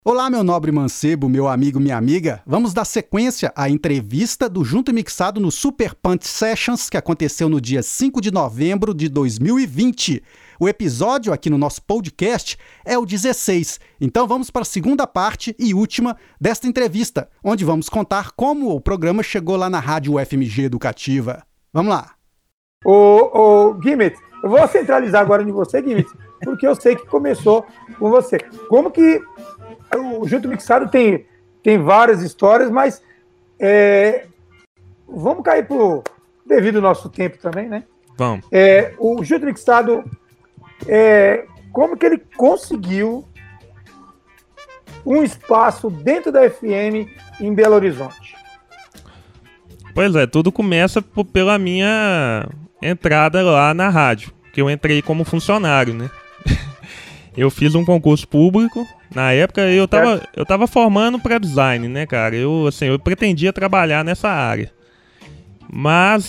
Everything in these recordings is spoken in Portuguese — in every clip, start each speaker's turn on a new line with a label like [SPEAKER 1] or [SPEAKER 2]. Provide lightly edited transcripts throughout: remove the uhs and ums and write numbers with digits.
[SPEAKER 1] Olá, meu nobre mancebo, meu amigo, minha amiga. Vamos dar sequência à entrevista do Junto e Mixado no Super Punch Sessions, que aconteceu no dia 5 de novembro de 2020. O episódio aqui no nosso podcast é o 16. Então vamos para a segunda parte e última desta entrevista, onde vamos contar como o programa chegou lá na Rádio UFMG Educativa. Vamos lá.
[SPEAKER 2] Ô, Guimit, eu vou centralizar agora em você, Guimit, porque eu sei que começou com você. Como que o Junto Mixado tem várias histórias, mas vamos cair devido ao nosso tempo também, né?
[SPEAKER 3] Vamos.
[SPEAKER 2] O Junto Mixado, como que ele conseguiu um espaço dentro da FM em Belo Horizonte?
[SPEAKER 3] Pois é, tudo começa pela minha entrada lá na rádio, que eu entrei como funcionário, né? Eu fiz um concurso público. Na época eu tava formando para design, né, cara? Eu pretendia trabalhar nessa área. Mas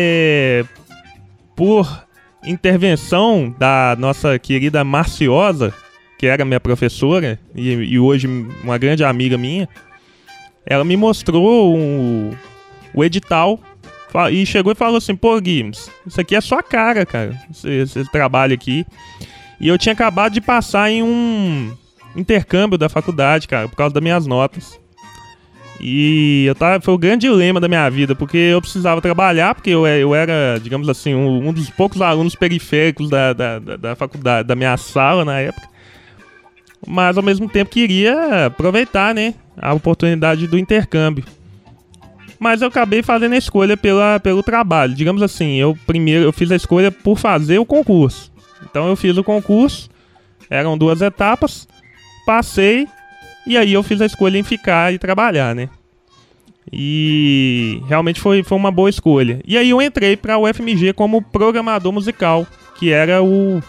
[SPEAKER 3] por intervenção da nossa querida Marciosa, que era minha professora e hoje uma grande amiga minha, ela me mostrou o edital e chegou e falou assim: pô, Gui, isso aqui é sua cara, cara, esse trabalho aqui. E eu tinha acabado de passar em um intercâmbio da faculdade, cara, por causa das minhas notas. E foi o grande dilema da minha vida, porque eu precisava trabalhar, porque eu era, digamos assim, um dos poucos alunos periféricos da faculdade, da minha sala na época. Mas ao mesmo tempo queria aproveitar, né, a oportunidade do intercâmbio. Mas eu acabei fazendo a escolha pelo trabalho. Digamos assim, eu fiz a escolha por fazer o concurso. Então eu fiz o concurso, eram 2 etapas, passei, e aí eu fiz a escolha em ficar e trabalhar, né? E realmente foi uma boa escolha. E aí eu entrei para o UFMG como programador musical, que era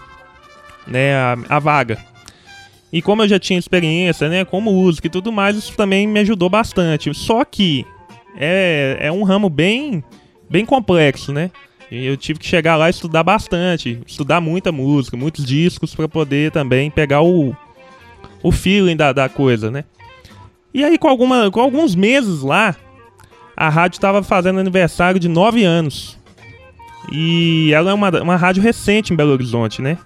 [SPEAKER 3] a vaga. E como eu já tinha experiência, né, com música e tudo mais, isso também me ajudou bastante. Só que é um ramo bem complexo, né? E eu tive que chegar lá e estudar bastante, estudar muita música, muitos discos para poder também pegar o feeling da coisa, né? E aí com alguns meses lá, a rádio estava fazendo aniversário de 9 anos. E ela é uma rádio recente em Belo Horizonte, né?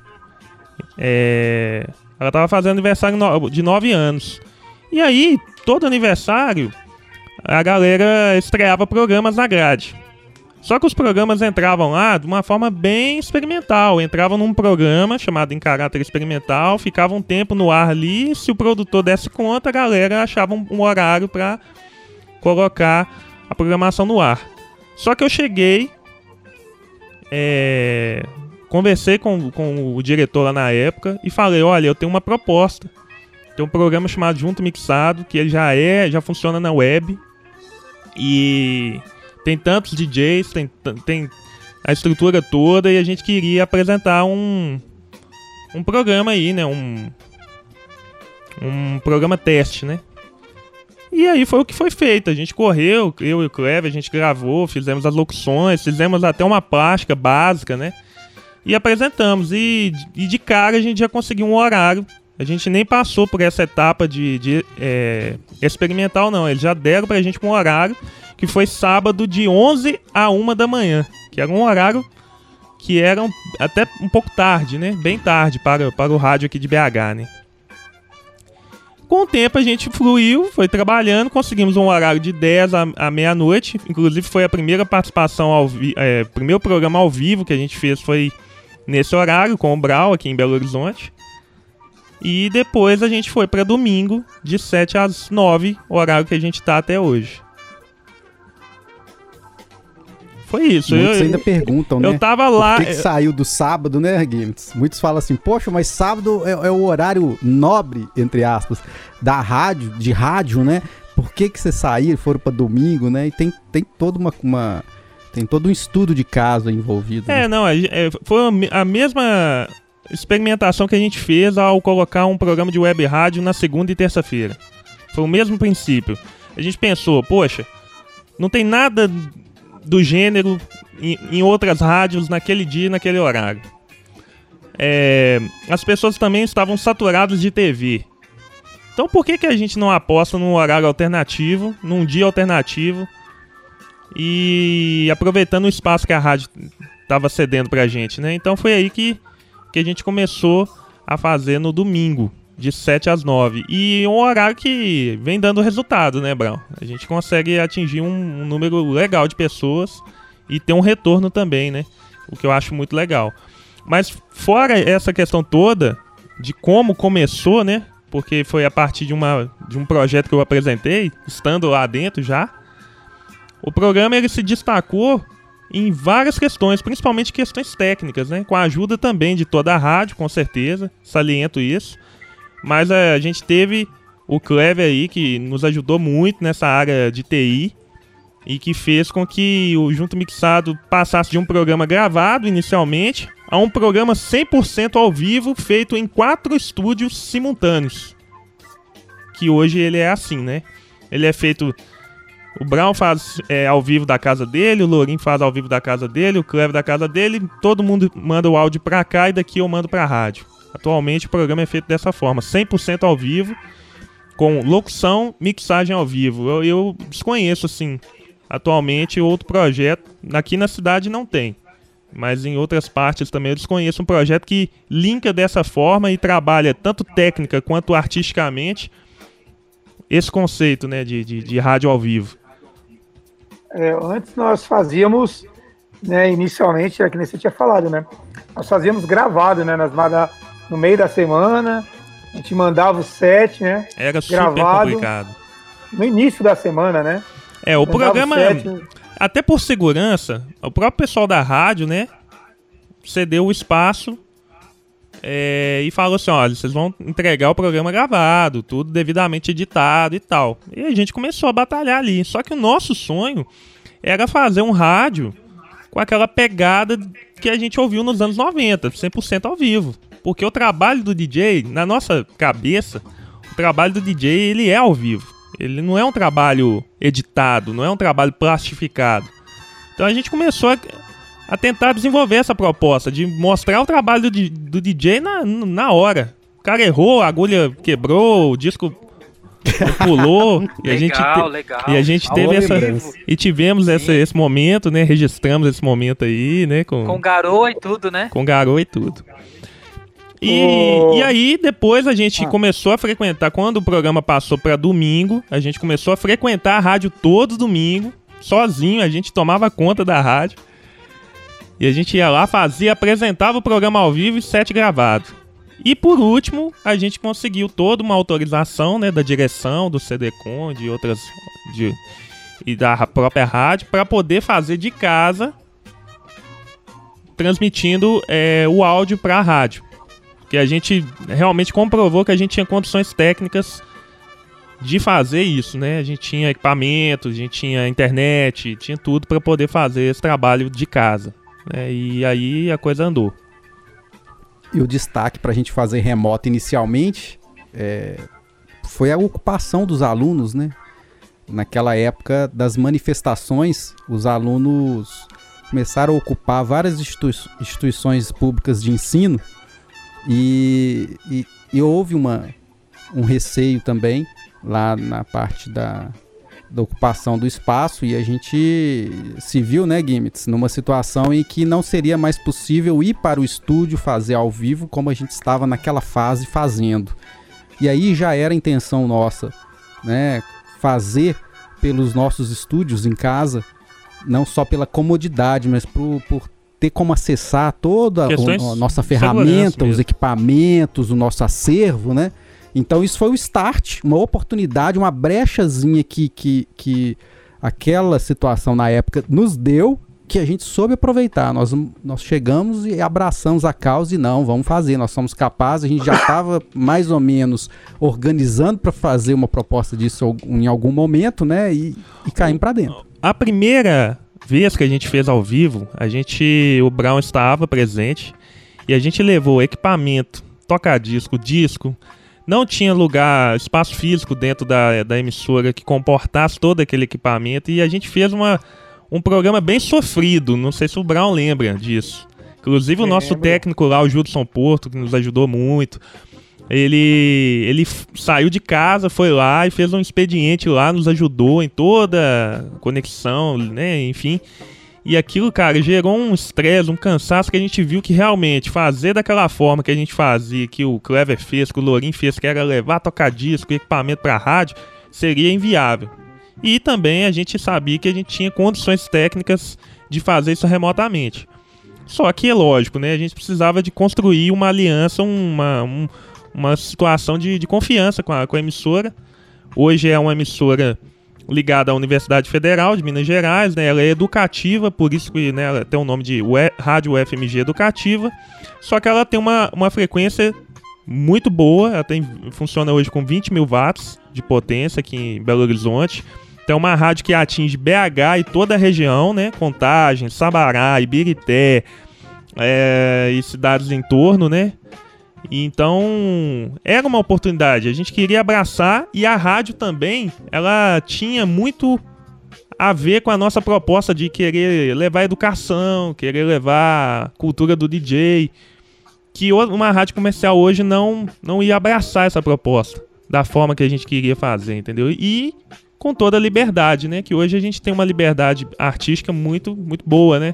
[SPEAKER 3] Ela estava fazendo aniversário de 9 anos. E aí, todo aniversário, a galera estreava programas na grade. Só que os programas entravam lá de uma forma bem experimental. Entravam num programa chamado Em Caráter Experimental, ficava um tempo no ar ali, se o produtor desse conta, a galera achava um horário para colocar a programação no ar. Só que eu cheguei, conversei com o diretor lá na época e falei: olha, eu tenho uma proposta. Tem um programa chamado Junto Mixado, que ele já funciona na web e tem tantos DJs, tem a estrutura toda, e a gente queria apresentar um programa aí, né? Um programa teste, né? E aí foi o que foi feito. A gente correu, eu e o Cleber, a gente gravou, fizemos as locuções, fizemos até uma plástica básica, né? E apresentamos. E de cara a gente já conseguiu um horário. A gente nem passou por essa etapa de experimental, não. Eles já deram pra gente um horário que foi sábado de 11 a 1 da manhã, que era um horário que era até um pouco tarde, né? Bem tarde para o rádio aqui de BH, né? Com o tempo a gente fluiu, foi trabalhando, conseguimos um horário de 10 à meia-noite. Inclusive foi a primeira participação primeiro programa ao vivo que a gente fez foi nesse horário, com o Brau, aqui em Belo Horizonte. E depois a gente foi para domingo, de 7 às 9, o horário que a gente tá até hoje. Foi isso.
[SPEAKER 1] Muitos ainda perguntam, né?
[SPEAKER 3] Eu tava lá.
[SPEAKER 1] Por que saiu do sábado, né, Gimmits? Muitos falam assim: poxa, mas sábado é o horário nobre, entre aspas, da rádio, de rádio, né? Por que você saiu e foram para domingo, né? E tem toda tem todo um estudo de caso envolvido. Né?
[SPEAKER 3] Não, foi a mesma experimentação que a gente fez ao colocar um programa de web rádio na segunda e terça-feira. Foi o mesmo princípio. A gente pensou: poxa, não tem nada do gênero em outras rádios naquele dia e naquele horário. As pessoas também estavam saturadas de TV. Então por que a gente não aposta num horário alternativo, num dia alternativo, e aproveitando o espaço que a rádio estava cedendo pra gente, né? Então foi aí que a gente começou a fazer no domingo, de 7 às 9. E um horário que vem dando resultado, né, Brown? A gente consegue atingir um número legal de pessoas e ter um retorno também, né? O que eu acho muito legal. Mas fora essa questão toda de como começou, né? Porque foi a partir de um projeto que eu apresentei, estando lá dentro já. O programa ele se destacou em várias questões, principalmente questões técnicas, né? Com a ajuda também de toda a rádio, com certeza, saliento isso. Mas a gente teve o Clever aí, que nos ajudou muito nessa área de TI e que fez com que o Junto Mixado passasse de um programa gravado inicialmente a um programa 100% ao vivo, feito em 4 estúdios simultâneos. Que hoje ele é assim, né? Ele é feito... O Brown faz ao vivo da casa dele, o Lourinho faz ao vivo da casa dele, o Clever da casa dele, todo mundo manda o áudio pra cá e daqui eu mando pra rádio. Atualmente o programa é feito dessa forma, 100% ao vivo, com locução, mixagem ao vivo. Eu desconheço, assim, atualmente outro projeto, aqui na cidade não tem. Mas em outras partes também eu desconheço um projeto que linka dessa forma e trabalha tanto técnica quanto artisticamente esse conceito, né, de rádio ao vivo.
[SPEAKER 2] Antes nós fazíamos, né, inicialmente, que nem você tinha falado, né? Nós fazíamos gravado, né? No meio da semana, a gente mandava o set, né?
[SPEAKER 3] Era
[SPEAKER 2] gravado,
[SPEAKER 3] super complicado.
[SPEAKER 2] No início da semana, né?
[SPEAKER 3] O programa... Até por segurança, o próprio pessoal da rádio, né, cedeu o espaço e falou assim, olha, vocês vão entregar o programa gravado, tudo devidamente editado e tal. E a gente começou a batalhar ali. Só que o nosso sonho era fazer um rádio com aquela pegada que a gente ouviu nos anos 90, 100% ao vivo. Porque o trabalho do DJ, na nossa cabeça, o trabalho do DJ, ele é ao vivo. Ele não é um trabalho editado, não é um trabalho plastificado. Então a gente começou a tentar desenvolver essa proposta de mostrar o trabalho do DJ na hora. O cara errou, a agulha quebrou, o disco pulou.
[SPEAKER 4] Legal.
[SPEAKER 3] E a gente teve e tivemos esse momento, né? Registramos esse momento aí, né? Com
[SPEAKER 4] garoa e tudo, né?
[SPEAKER 3] Com garoa e tudo. E aí, depois a gente começou a frequentar, quando o programa passou para domingo, a gente começou a frequentar a rádio todo domingo, sozinho, a gente tomava conta da rádio. E a gente ia lá, apresentava o programa ao vivo e set gravado. E por último, a gente conseguiu toda uma autorização, né, da direção, do CDCom, de outras... e da própria rádio, para poder fazer de casa, transmitindo o áudio para a rádio. Que a gente realmente comprovou que a gente tinha condições técnicas de fazer isso, né? A gente tinha equipamento, a gente tinha internet, tinha tudo para poder fazer esse trabalho de casa, né? E aí a coisa andou.
[SPEAKER 1] E o destaque para a gente fazer remoto inicialmente foi a ocupação dos alunos, né? Naquela época das manifestações, os alunos começaram a ocupar várias instituições públicas de ensino. E houve um receio também lá na parte da ocupação do espaço, e a gente se viu, né, Gimmits, numa situação em que não seria mais possível ir para o estúdio fazer ao vivo como a gente estava naquela fase fazendo. E aí já era a intenção nossa, né, fazer pelos nossos estúdios em casa, não só pela comodidade, mas por ter como acessar toda a nossa ferramenta, os equipamentos, o nosso acervo, né? Então isso foi o start, uma oportunidade, uma brechazinha que aquela situação na época nos deu, que a gente soube aproveitar. Nós chegamos e abraçamos a causa e não, vamos fazer, nós somos capazes, a gente já estava mais ou menos organizando para fazer uma proposta disso em algum momento, né? E caímos para dentro.
[SPEAKER 3] A primeira vez que a gente fez ao vivo, o Brown estava presente e a gente levou equipamento, toca-disco, disco, não tinha espaço físico dentro da emissora que comportasse todo aquele equipamento, e a gente fez um programa bem sofrido, não sei se o Brown lembra disso. Inclusive o nosso técnico lá, o Judson Porto, que nos ajudou muito. Ele saiu de casa, foi lá e fez um expediente lá, nos ajudou em toda a conexão, né, enfim. E aquilo, cara, gerou um estresse, um cansaço que a gente viu que realmente fazer daquela forma que a gente fazia, que o Clever fez, que o Lourinho fez, que era levar toca-disco, equipamento pra rádio, seria inviável. E também a gente sabia que a gente tinha condições técnicas de fazer isso remotamente. Só que é lógico, né, a gente precisava de construir uma aliança, uma situação de confiança com a emissora. Hoje é uma emissora ligada à Universidade Federal de Minas Gerais, né? Ela é educativa, por isso que, né, ela tem o nome de Rádio UFMG Educativa, só que ela tem uma frequência muito boa, ela funciona hoje com 20 mil watts de potência aqui em Belo Horizonte. Então é uma rádio que atinge BH e toda a região, né? Contagem, Sabará, Ibirité, e cidades em torno, né? Então, era uma oportunidade, a gente queria abraçar, e a rádio também, ela tinha muito a ver com a nossa proposta de querer levar educação, querer levar cultura do DJ, que uma rádio comercial hoje não ia abraçar essa proposta da forma que a gente queria fazer, entendeu? E com toda a liberdade, né? Que hoje a gente tem uma liberdade artística muito, muito boa, né?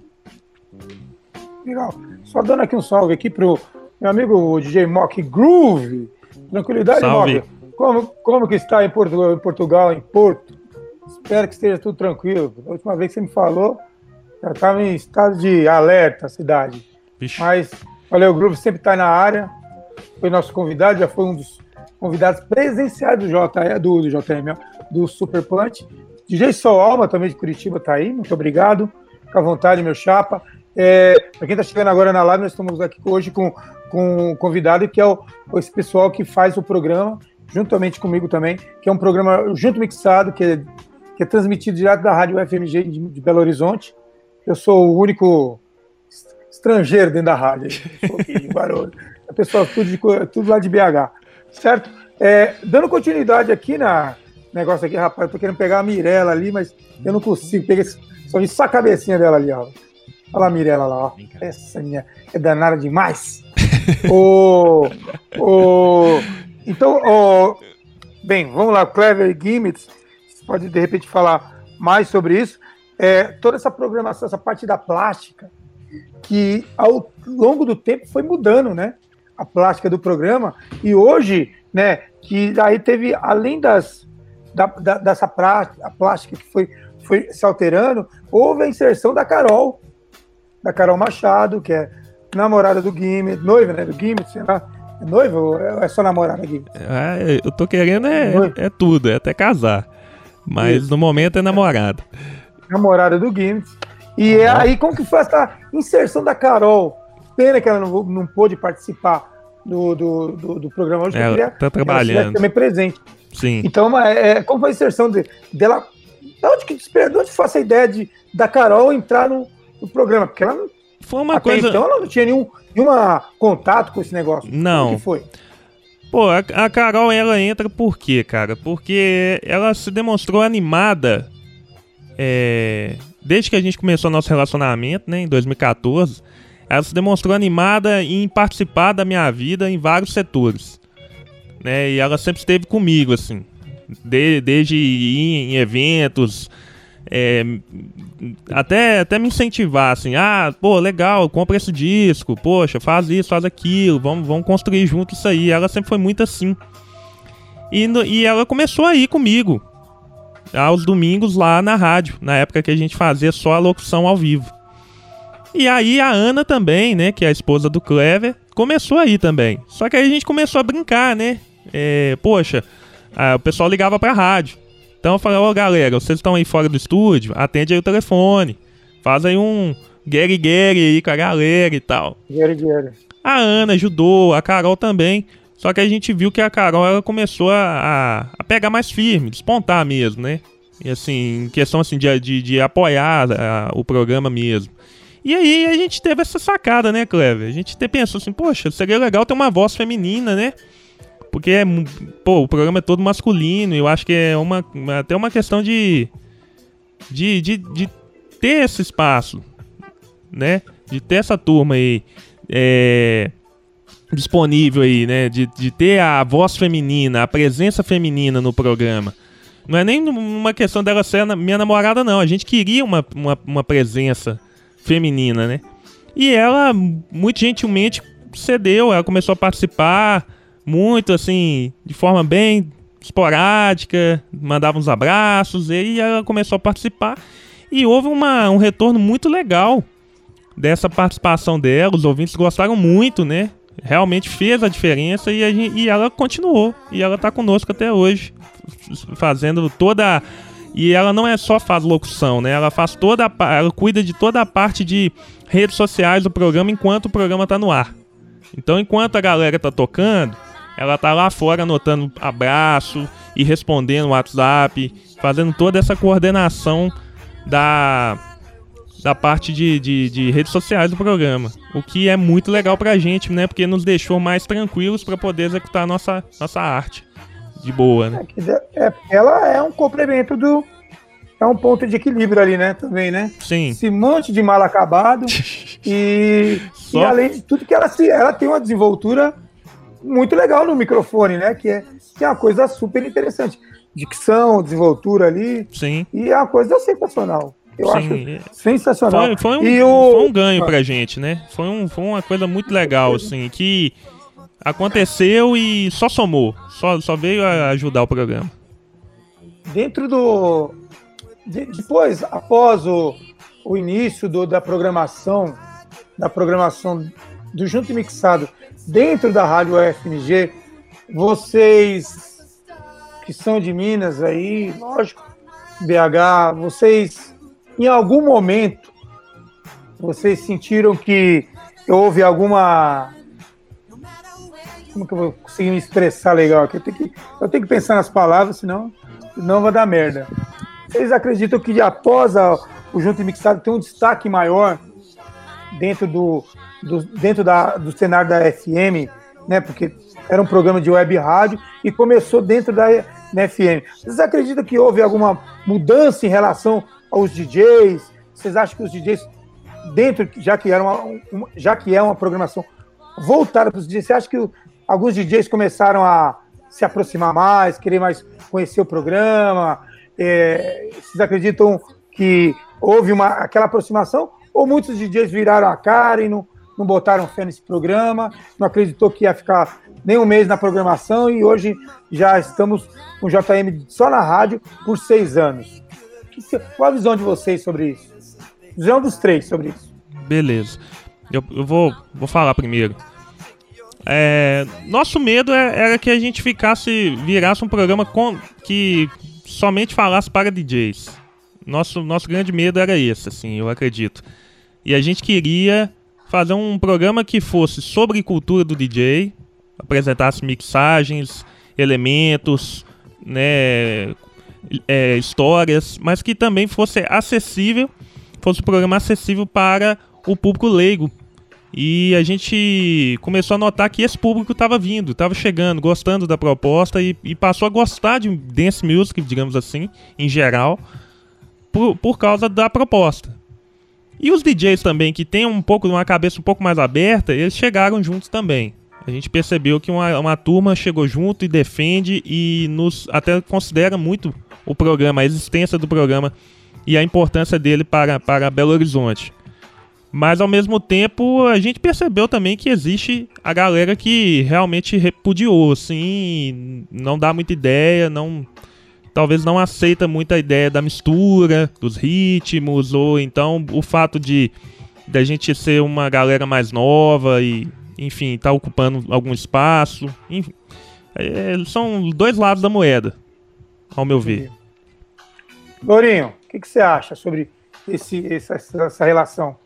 [SPEAKER 2] Legal. Só dando aqui um salve aqui pro meu amigo DJ Mock Groove. Tranquilidade,
[SPEAKER 3] Salve.
[SPEAKER 2] Mock? Como que está em Portugal, em Porto? Espero que esteja tudo tranquilo. A última vez que você me falou, já estava em estado de alerta a cidade.
[SPEAKER 3] Vixe.
[SPEAKER 2] Mas, valeu, o Groove sempre está na área. Foi nosso convidado, já foi um dos convidados presenciais do JM, do Super Punch. DJ Sol Alma, também de Curitiba, está aí. Muito obrigado. Fica à vontade, meu chapa. Para quem está chegando agora na live, nós estamos aqui hoje com um convidado que é esse pessoal que faz o programa, juntamente comigo também, que é um programa junto mixado, que é transmitido direto da Rádio UFMG de Belo Horizonte. Eu sou o único estrangeiro dentro da rádio, sou aqui de Barulho. O pessoal tudo lá de BH, certo? Dando continuidade aqui na negócio aqui, rapaz, eu tô querendo pegar a Mirella ali, mas eu não consigo pegar, só vi só a cabecinha dela ali, ó. Olha lá a Mirella lá, ó. Essa minha é danada demais. Então, bem, vamos lá, Clever Gimmicks, você pode de repente falar mais sobre isso. Toda essa programação, essa parte da plástica, que ao longo do tempo foi mudando, né? A plástica do programa, e hoje, né, que aí teve, além dessa plástica que foi se alterando, houve a inserção da Carol Machado, que é namorada do Gimmet, noiva, né, do Gimmet, sei lá. É noiva ou é só namorada aqui?
[SPEAKER 3] Eu tô querendo tudo, é até casar. Mas isso. No momento é namorada.
[SPEAKER 2] Namorada do Gimmet. E aí, como que foi essa inserção da Carol? Pena que ela não pôde participar do programa hoje.
[SPEAKER 3] Ela tá trabalhando.
[SPEAKER 2] Ela também presente.
[SPEAKER 3] Sim.
[SPEAKER 2] Então, como foi a inserção dela? De onde foi essa ideia da Carol entrar no programa? Porque ela não...
[SPEAKER 3] Foi uma coisa...
[SPEAKER 2] Então ela não tinha nenhum contato com esse negócio.
[SPEAKER 3] Não.
[SPEAKER 2] Como que foi?
[SPEAKER 3] Pô, a Carol, ela entra por quê, cara? Porque ela se demonstrou animada desde que a gente começou nosso relacionamento, né, em 2014. Ela se demonstrou animada em participar da minha vida em vários setores, né? E ela sempre esteve comigo, assim, desde ir em eventos, até me incentivar, assim, pô, legal, compra esse disco, poxa, faz isso, faz aquilo, vamos construir junto isso aí. Ela sempre foi muito assim. E ela começou a ir comigo aos domingos lá na rádio, na época que a gente fazia só a locução ao vivo. E aí a Ana também, né, que é a esposa do Clever, começou a ir também. Só que aí a gente começou a brincar, né? Poxa, o pessoal ligava pra rádio. Então eu falei, galera, vocês estão aí fora do estúdio, atende aí o telefone, faz aí um guere-guere aí com a galera e tal.
[SPEAKER 2] Guere-guere.
[SPEAKER 3] A Ana ajudou, a Carol também. Só que a gente viu que a Carol, ela começou a pegar mais firme, despontar mesmo, né? E assim, em questão assim, de apoiar o programa mesmo. E aí a gente teve essa sacada, né, Clever? A gente até pensou assim, poxa, seria legal ter uma voz feminina, né? Porque, o programa é todo masculino, e eu acho que é até uma questão de ter esse espaço, né? De ter essa turma aí. disponível aí, né? De ter a voz feminina, a presença feminina no programa. Não é nem uma questão dela ser minha namorada, não. A gente queria uma presença feminina, né? E ela, muito gentilmente, cedeu. Ela começou a participar muito, assim, de forma bem esporádica, mandava uns abraços, e ela começou a participar. E houve um retorno muito legal dessa participação dela. Os ouvintes gostaram muito, né? Realmente fez a diferença e ela continuou. E ela tá conosco até hoje, fazendo toda... E ela não é só faz locução, né? Ela faz ela cuida de toda a parte de redes sociais do programa enquanto o programa tá no ar. Então, enquanto a galera tá tocando, ela tá lá fora anotando abraço e respondendo o WhatsApp, fazendo toda essa coordenação da parte de redes sociais do programa. O que é muito legal pra gente, né? Porque nos deixou mais tranquilos para poder executar a nossa arte de boa, né?
[SPEAKER 2] Ela é um complemento é um ponto de equilíbrio ali, né? Também, né?
[SPEAKER 3] Sim.
[SPEAKER 2] Esse monte de mal acabado e além de tudo que ela tem uma desenvoltura muito legal no microfone, né? Que é uma coisa super interessante. Dicção, desenvoltura ali.
[SPEAKER 3] Sim.
[SPEAKER 2] E é uma coisa sensacional. Eu acho sensacional.
[SPEAKER 3] Foi um ganho pra gente, né? Foi uma coisa muito legal, assim, que aconteceu e só somou. Só veio a ajudar o programa.
[SPEAKER 2] Depois, após o início da programação do Junto e Mixado dentro da Rádio UFMG, vocês que são de Minas aí, lógico, BH, vocês em algum momento vocês sentiram que houve alguma... Como que eu vou conseguir me expressar legal aqui? Eu tenho que pensar nas palavras, senão vai dar merda. Vocês acreditam que após o Junto e Mixado tem um destaque maior dentro do cenário da FM, né? Porque era um programa de web rádio e começou dentro da FM. Vocês acreditam que houve alguma mudança em relação aos DJs? Vocês acham que os DJs, já que é uma programação voltada para os DJs, você acha que alguns DJs começaram a se aproximar mais, querer mais conhecer o programa? Vocês acreditam que houve aquela aproximação? Ou muitos DJs viraram a cara e não botaram fé nesse programa, não acreditou que ia ficar nem um mês na programação e hoje já estamos com o JM só na rádio por 6 anos? Qual a visão de vocês sobre isso? Visão dos três sobre isso.
[SPEAKER 3] Beleza. Eu vou falar primeiro. Nosso medo era que a gente virasse um programa que somente falasse para DJs. Nosso grande medo era esse, assim, eu acredito. E a gente queria fazer um programa que fosse sobre cultura do DJ, apresentasse mixagens, elementos, né, histórias, mas que também fosse um programa acessível para o público leigo. E a gente começou a notar que esse público estava vindo, estava chegando, gostando da proposta e passou a gostar de dance music, digamos assim, em geral, por causa da proposta. E os DJs também, que têm uma cabeça um pouco mais aberta, eles chegaram juntos também. A gente percebeu que uma turma chegou junto e defende e até considera muito o programa, a existência do programa e a importância dele para Belo Horizonte. Mas, ao mesmo tempo, a gente percebeu também que existe a galera que realmente repudiou, assim, não dá muita ideia, talvez não aceita muito a ideia da mistura, dos ritmos, ou então o fato de a gente ser uma galera mais nova e, enfim, tá ocupando algum espaço. Enfim, são dois lados da moeda, ao meu ver.
[SPEAKER 2] Lourinho, o que você acha sobre essa relação?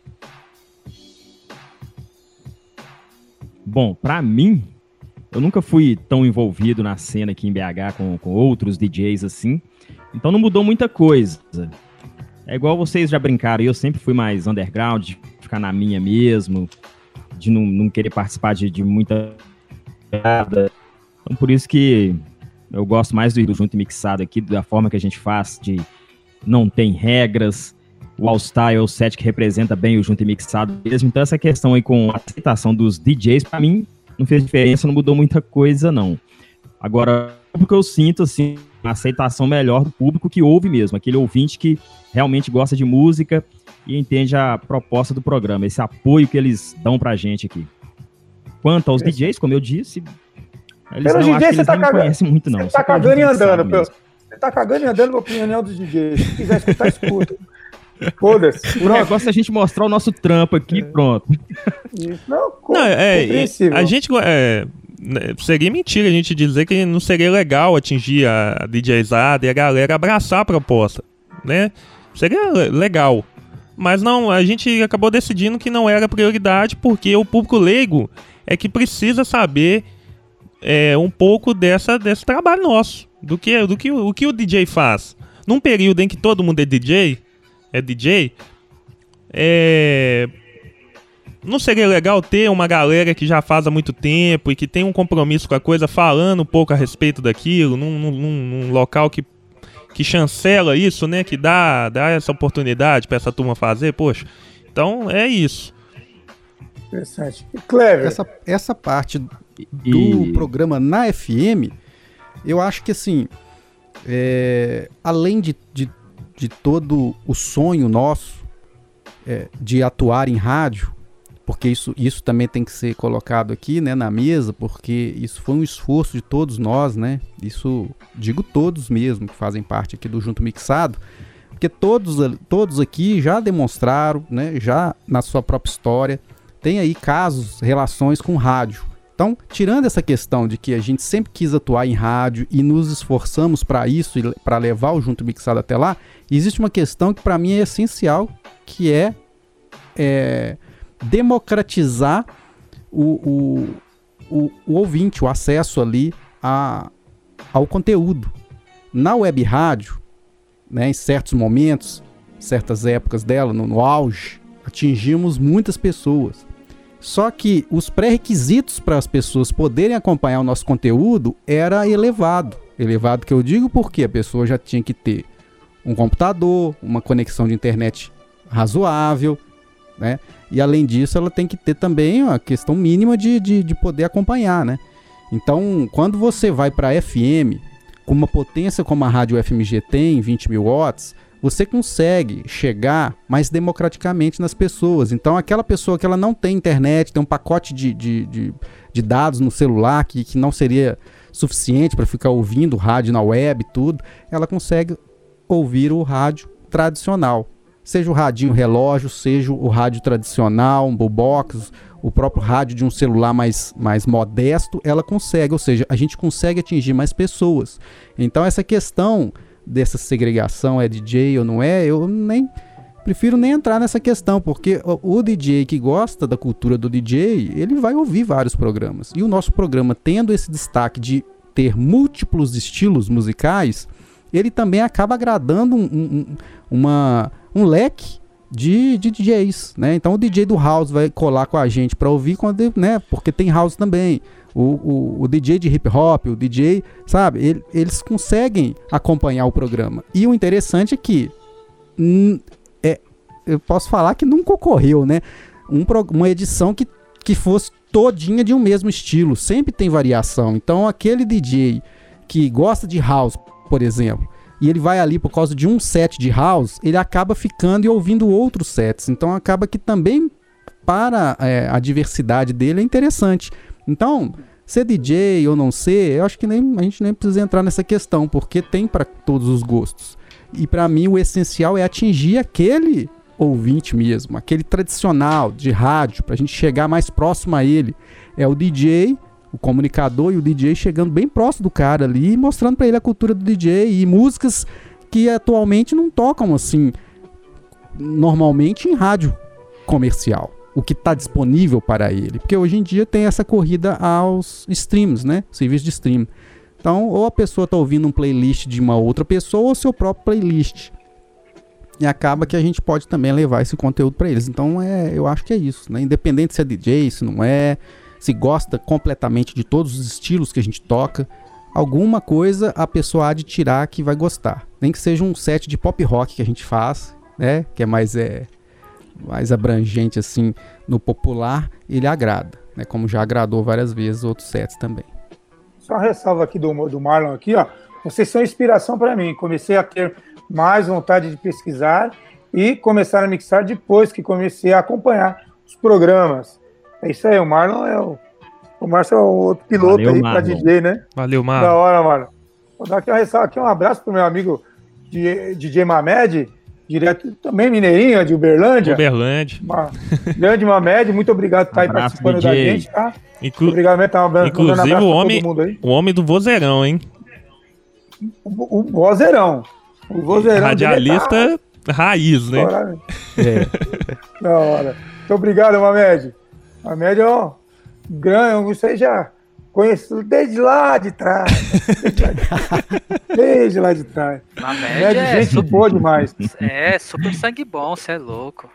[SPEAKER 5] Bom, pra mim, eu nunca fui tão envolvido na cena aqui em BH com outros DJs assim, então não mudou muita coisa. É igual vocês já brincaram, eu sempre fui mais underground, de ficar na minha mesmo, de não querer participar de muita piada. Então por isso que eu gosto mais do Junto e Mixado aqui, da forma que a gente faz, de não tem regras, o All Star é o set que representa bem o Junto e Mixado mesmo. Então essa questão aí com a aceitação dos DJs, pra mim, não fez diferença, não mudou muita coisa, não. Agora, o que eu sinto, assim, uma aceitação melhor do público que ouve mesmo, aquele ouvinte que realmente gosta de música e entende a proposta do programa, esse apoio que eles dão pra gente aqui. Quanto aos DJs, como eu disse, eles não, acho que eles não conhecem muito, não.
[SPEAKER 2] Você tá cagando e andando, você tá cagando e andando com a opinião dos DJs. Se quiser escutar, escuta. Foda-se.
[SPEAKER 5] O negócio é a gente mostrar o nosso trampo aqui, pronto.
[SPEAKER 2] Isso não,
[SPEAKER 3] a gente... seria mentira a gente dizer que não seria legal atingir a DJzada e a galera abraçar a proposta, né? Seria legal. Mas não, a gente acabou decidindo que não era prioridade, porque o público leigo é que precisa saber um pouco desse trabalho nosso, do que o DJ faz. Num período em que todo mundo é DJ, não seria legal ter uma galera que já faz há muito tempo e que tem um compromisso com a coisa, falando um pouco a respeito daquilo, num local que chancela isso, né? Que dá essa oportunidade para essa turma fazer, poxa. Então, é isso.
[SPEAKER 2] Interessante. Clever.
[SPEAKER 1] Essa parte do programa na FM, eu acho que, assim, além de todo o sonho nosso de atuar em rádio, porque isso também tem que ser colocado aqui, né, na mesa, porque isso foi um esforço de todos nós, né? Isso, digo todos mesmo, que fazem parte aqui do Junto Mixado, porque todos aqui já demonstraram, né, já na sua própria história, tem aí casos, relações com rádio. Então, tirando essa questão de que a gente sempre quis atuar em rádio e nos esforçamos para isso, para levar o Junto Mixado até lá, existe uma questão que para mim é essencial, que é democratizar o ouvinte, o acesso ali ao conteúdo. Na web rádio, né, em certos momentos, certas épocas dela, no auge, atingimos muitas pessoas. Só que os pré-requisitos para as pessoas poderem acompanhar o nosso conteúdo era elevado. Elevado que eu digo porque a pessoa já tinha que ter um computador, uma conexão de internet razoável, né? E além disso, ela tem que ter também a questão mínima de poder acompanhar, né? Então, quando você vai para FM, com uma potência como a rádio FMG tem, 20 mil watts, você consegue chegar mais democraticamente nas pessoas. Então, aquela pessoa que ela não tem internet, tem um pacote de dados no celular que não seria suficiente para ficar ouvindo rádio na web e tudo, ela consegue ouvir o rádio tradicional. Seja o radinho relógio, seja o rádio tradicional, um boombox, o próprio rádio de um celular mais modesto, ela consegue, ou seja, a gente consegue atingir mais pessoas. Então essa questão dessa segregação, é DJ ou não é, eu prefiro nem entrar nessa questão, porque o DJ que gosta da cultura do DJ, ele vai ouvir vários programas. E o nosso programa, tendo esse destaque de ter múltiplos estilos musicais, ele também acaba agradando um leque de DJs, né? Então o DJ do house vai colar com a gente para ouvir, né? Porque tem house também. O DJ de hip hop, o DJ, sabe? Eles conseguem acompanhar o programa. E o interessante é que eu posso falar que nunca ocorreu, né? Uma edição que fosse todinha de um mesmo estilo. Sempre tem variação. Então aquele DJ que gosta de house, por exemplo, e ele vai ali por causa de um set de house, ele acaba ficando e ouvindo outros sets. Então acaba que também para a diversidade dele é interessante. Então, ser DJ ou não ser, eu acho que a gente nem precisa entrar nessa questão, porque tem para todos os gostos. E para mim o essencial é atingir aquele ouvinte mesmo, aquele tradicional de rádio, para a gente chegar mais próximo a ele. É o DJ, o comunicador e o DJ chegando bem próximo do cara ali, mostrando para ele a cultura do DJ e músicas que atualmente não tocam assim normalmente em rádio comercial, o que está disponível para ele, porque hoje em dia tem essa corrida aos streams, né, serviço de stream. Então, ou a pessoa está ouvindo um playlist de uma outra pessoa ou seu próprio playlist, e acaba que a gente pode também levar esse conteúdo para eles. Então eu acho que é isso, né? Independente se é DJ, se não é, se gosta completamente de todos os estilos que a gente toca, alguma coisa a pessoa há de tirar que vai gostar. Nem que seja um set de pop rock que a gente faz, né? Que é mais abrangente, assim, no popular, ele agrada, né? Como já agradou várias vezes outros sets também.
[SPEAKER 2] Só uma ressalva aqui do Marlon aqui, ó. Vocês são inspiração para mim. Comecei a ter mais vontade de pesquisar e começar a mixar depois que comecei a acompanhar os programas. É isso aí, o Marlon o Márcio é o outro piloto. Valeu, aí para DJ, né?
[SPEAKER 3] Valeu, Marlon.
[SPEAKER 2] Da hora, Marlon. Vou dar aqui uma ressalva, aqui um abraço pro meu amigo DJ Mamed, direto também mineirinho, de Uberlândia. Grande Mamed, muito obrigado por estar aí participando DJ. Da gente, tá?
[SPEAKER 3] Obrigado mesmo, tá um abraço. Inclusive o homem do vozeirão, hein?
[SPEAKER 2] O vozeirão. O vozeirão.
[SPEAKER 3] Radialista raiz, né?
[SPEAKER 2] Da hora. Muito obrigado, Mamed. Mamed, ó, grande, isso aí já conheço desde lá de trás. Desde lá de trás.
[SPEAKER 4] Mamed
[SPEAKER 2] é gente super, boa demais.
[SPEAKER 4] Super sangue bom, você é louco.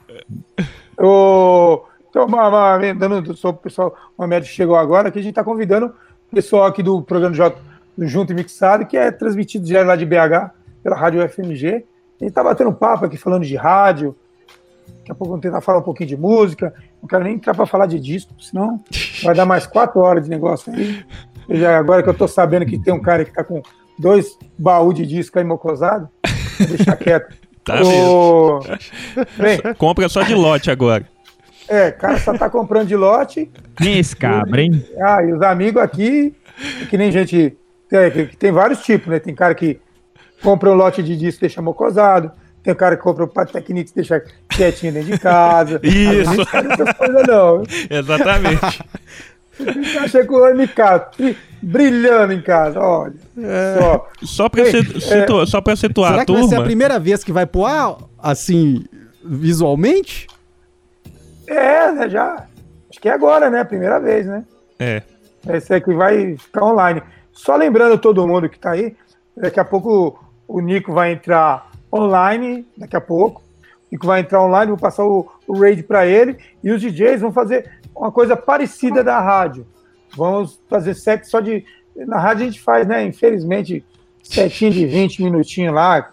[SPEAKER 2] Então, dando o pessoal, o Mamed chegou agora, que a gente tá convidando o pessoal aqui do programa do Junto e Mixado, que é transmitido direto lá de BH, pela Rádio FMG. A gente tá batendo papo aqui, falando de rádio. Daqui a pouco vamos tentar falar um pouquinho de música. Não quero nem entrar para falar de disco, senão vai dar mais 4 horas de negócio aí. Agora que eu tô sabendo que tem um cara que tá com 2 baús de disco aí mocosado, vou deixar quieto.
[SPEAKER 3] Tá mesmo. Bem, compra só de lote agora.
[SPEAKER 2] Cara só tá comprando de lote.
[SPEAKER 5] Quem é esse cabra, hein?
[SPEAKER 2] E os amigos aqui, que nem gente... Tem vários tipos, né? Tem cara que compra um lote de disco e deixa mocosado. Tem o cara que compra o Pat Technics e deixa quietinho dentro de casa.
[SPEAKER 3] Isso.
[SPEAKER 2] Não faz essas coisas não.
[SPEAKER 3] Exatamente.
[SPEAKER 2] Achei com o MK brilhando em casa, olha.
[SPEAKER 3] Só pra situar
[SPEAKER 1] será
[SPEAKER 3] a turma... Será
[SPEAKER 1] que vai ser a primeira vez que vai pro ar, assim, visualmente?
[SPEAKER 2] Né, já. Acho que é agora, né? Primeira vez, né? Esse aqui vai ficar online. Só lembrando todo mundo que tá aí, daqui a pouco o Nico vai entrar online, daqui a pouco. O Nico vai entrar online, vou passar o raid para ele, e os DJs vão fazer uma coisa parecida da rádio. Vamos fazer set só de... Na rádio a gente faz, né? Infelizmente, setinho de 20 minutinhos lá.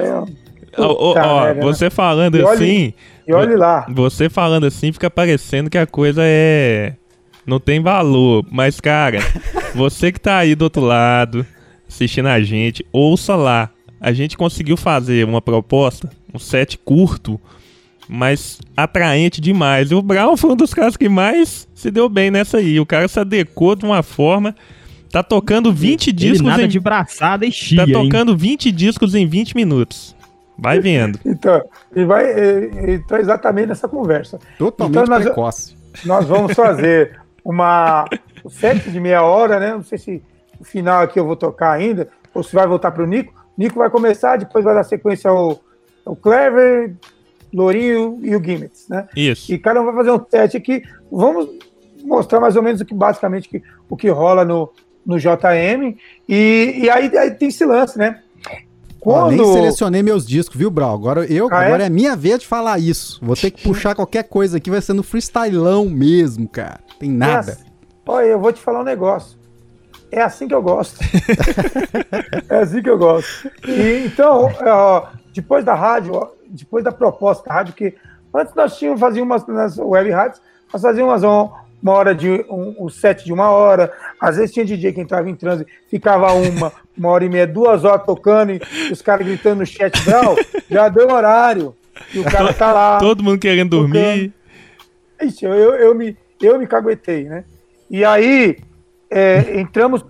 [SPEAKER 3] Você falando assim...
[SPEAKER 2] E olhe lá.
[SPEAKER 3] Você falando assim, fica parecendo que a coisa não tem valor. Mas, cara, você que tá aí do outro lado, assistindo a gente, ouça lá. A gente conseguiu fazer uma proposta, um set curto, mas atraente demais. E o Brown foi um dos caras que mais se deu bem nessa aí. O cara se adequou de uma forma... Tá tocando 20 discos
[SPEAKER 5] nada de braçada e chia,
[SPEAKER 3] Tá tocando 20 discos em 20 minutos. Vai vendo.
[SPEAKER 2] Então, ele tá exatamente nessa conversa.
[SPEAKER 1] Totalmente
[SPEAKER 2] então,
[SPEAKER 1] precoce.
[SPEAKER 2] Nós vamos fazer o set de meia hora, né? Não sei se o final aqui eu vou tocar ainda, ou se vai voltar para o Nico. Nico vai começar, depois vai dar sequência ao Clever, Lourinho e o Gimmicks, né?
[SPEAKER 3] Isso.
[SPEAKER 2] E cada um vai fazer um set aqui. Vamos mostrar mais ou menos basicamente o que rola no JM. E aí tem esse lance, né?
[SPEAKER 1] Nem selecionei meus discos, viu, Brau? Agora é minha vez de falar isso. Vou ter que puxar qualquer coisa aqui, vai ser no freestylão mesmo, cara. Tem nada.
[SPEAKER 2] Olha, eu vou te falar um negócio. É assim que eu gosto. É assim que eu gosto. E, então, depois da rádio, depois da proposta da rádio, que antes nós fazíamos nas web rádios, nós fazíamos uma hora um set de 1 hora, às vezes tinha DJ que entrava em transe, ficava 1 hora e meia, 2 horas tocando, e os caras gritando no chat, Brau, já deu horário, e o cara tá lá.
[SPEAKER 3] Todo mundo querendo dormir.
[SPEAKER 2] Ixi, eu me caguetei, né? E aí, entramos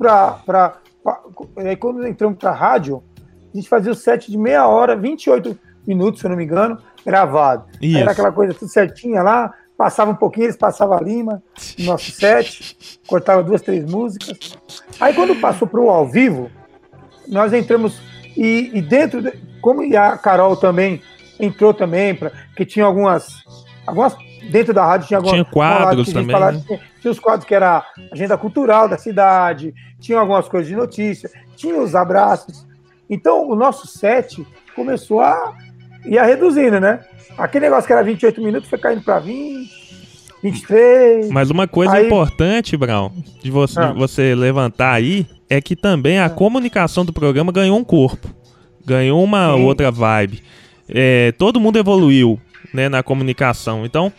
[SPEAKER 2] quando entramos pra rádio, a gente fazia o set de meia hora, 28 minutos, se eu não me engano, gravado. Era aquela coisa tudo certinha lá, passava um pouquinho, eles passavam a lima no nosso set, cortava 2, 3 músicas. Aí quando passou para o ao vivo, nós entramos e dentro, como a Carol também entrou também, porque tinha algumas dentro da rádio tinha
[SPEAKER 3] quadros também.
[SPEAKER 2] Tinha os quadros que era a agenda cultural da cidade, tinha algumas coisas de notícia, tinha os abraços. Então o nosso set começou a ir reduzindo, né? Aquele negócio que era 28 minutos foi caindo para 20, 23.
[SPEAKER 3] Mas uma coisa importante, Brown, de você levantar aí, é que também a comunicação do programa ganhou um corpo. Ganhou uma outra vibe. todo mundo evoluiu, né, na comunicação. Então,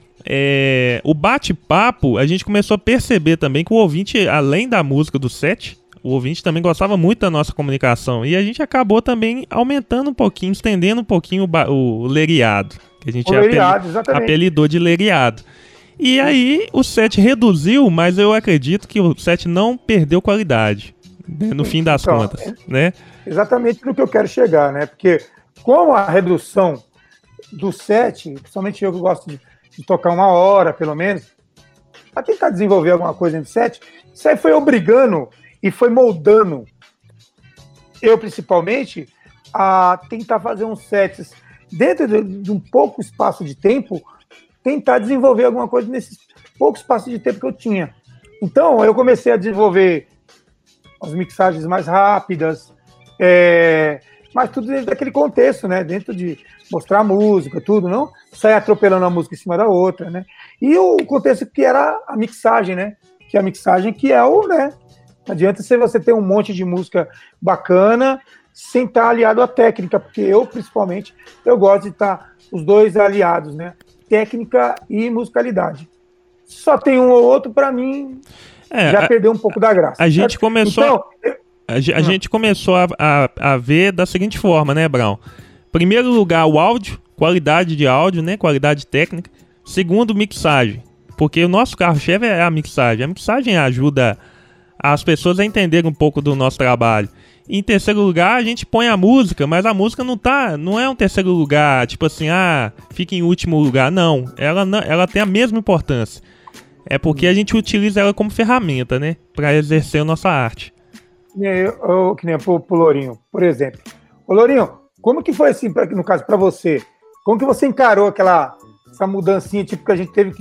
[SPEAKER 3] o bate-papo, a gente começou a perceber também que o ouvinte, além da música do set, o ouvinte também gostava muito da nossa comunicação. E a gente acabou também aumentando um pouquinho, estendendo um pouquinho o leriado, que a gente apelidou de leriado. E aí o set reduziu, mas eu acredito que o set não perdeu qualidade, né, no fim das contas, né?
[SPEAKER 2] Exatamente no que eu quero chegar, né? Porque com a redução do set, principalmente eu que gosto de tocar 1 hora, pelo menos, para tentar desenvolver alguma coisa no set, isso aí foi obrigando e foi moldando eu, principalmente, a tentar fazer uns sets dentro de um pouco espaço de tempo, tentar desenvolver alguma coisa nesse pouco espaço de tempo que eu tinha. Então, eu comecei a desenvolver as mixagens mais rápidas, mas tudo dentro daquele contexto, né? Dentro de mostrar a música, tudo, não sair atropelando a música em cima da outra, né? E o contexto que era a mixagem, né? Que é a mixagem que é né? Não adianta você ter um monte de música bacana sem estar aliado à técnica, porque eu, principalmente, eu gosto de estar os dois aliados, né? Técnica e musicalidade. Só tem um ou outro, para mim, já perdeu um pouco da graça.
[SPEAKER 3] A gente começou, então, a gente começou a ver da seguinte forma, né, Brown? Primeiro lugar, o áudio, qualidade de áudio, né? Qualidade técnica. Segundo, mixagem. Porque o nosso carro-chefe é a mixagem. A mixagem ajuda as pessoas a entenderem um pouco do nosso trabalho. Em terceiro lugar, a gente põe a música, mas a música não é um terceiro lugar, tipo assim, fica em último lugar. Não, ela tem a mesma importância. É porque a gente utiliza ela como ferramenta, né? Pra exercer a nossa arte.
[SPEAKER 2] Que nem pro Lourinho, por exemplo. Ô, Lourinho, como que foi assim, no caso, pra você? Como que você encarou essa mudancinha, tipo, que a gente teve que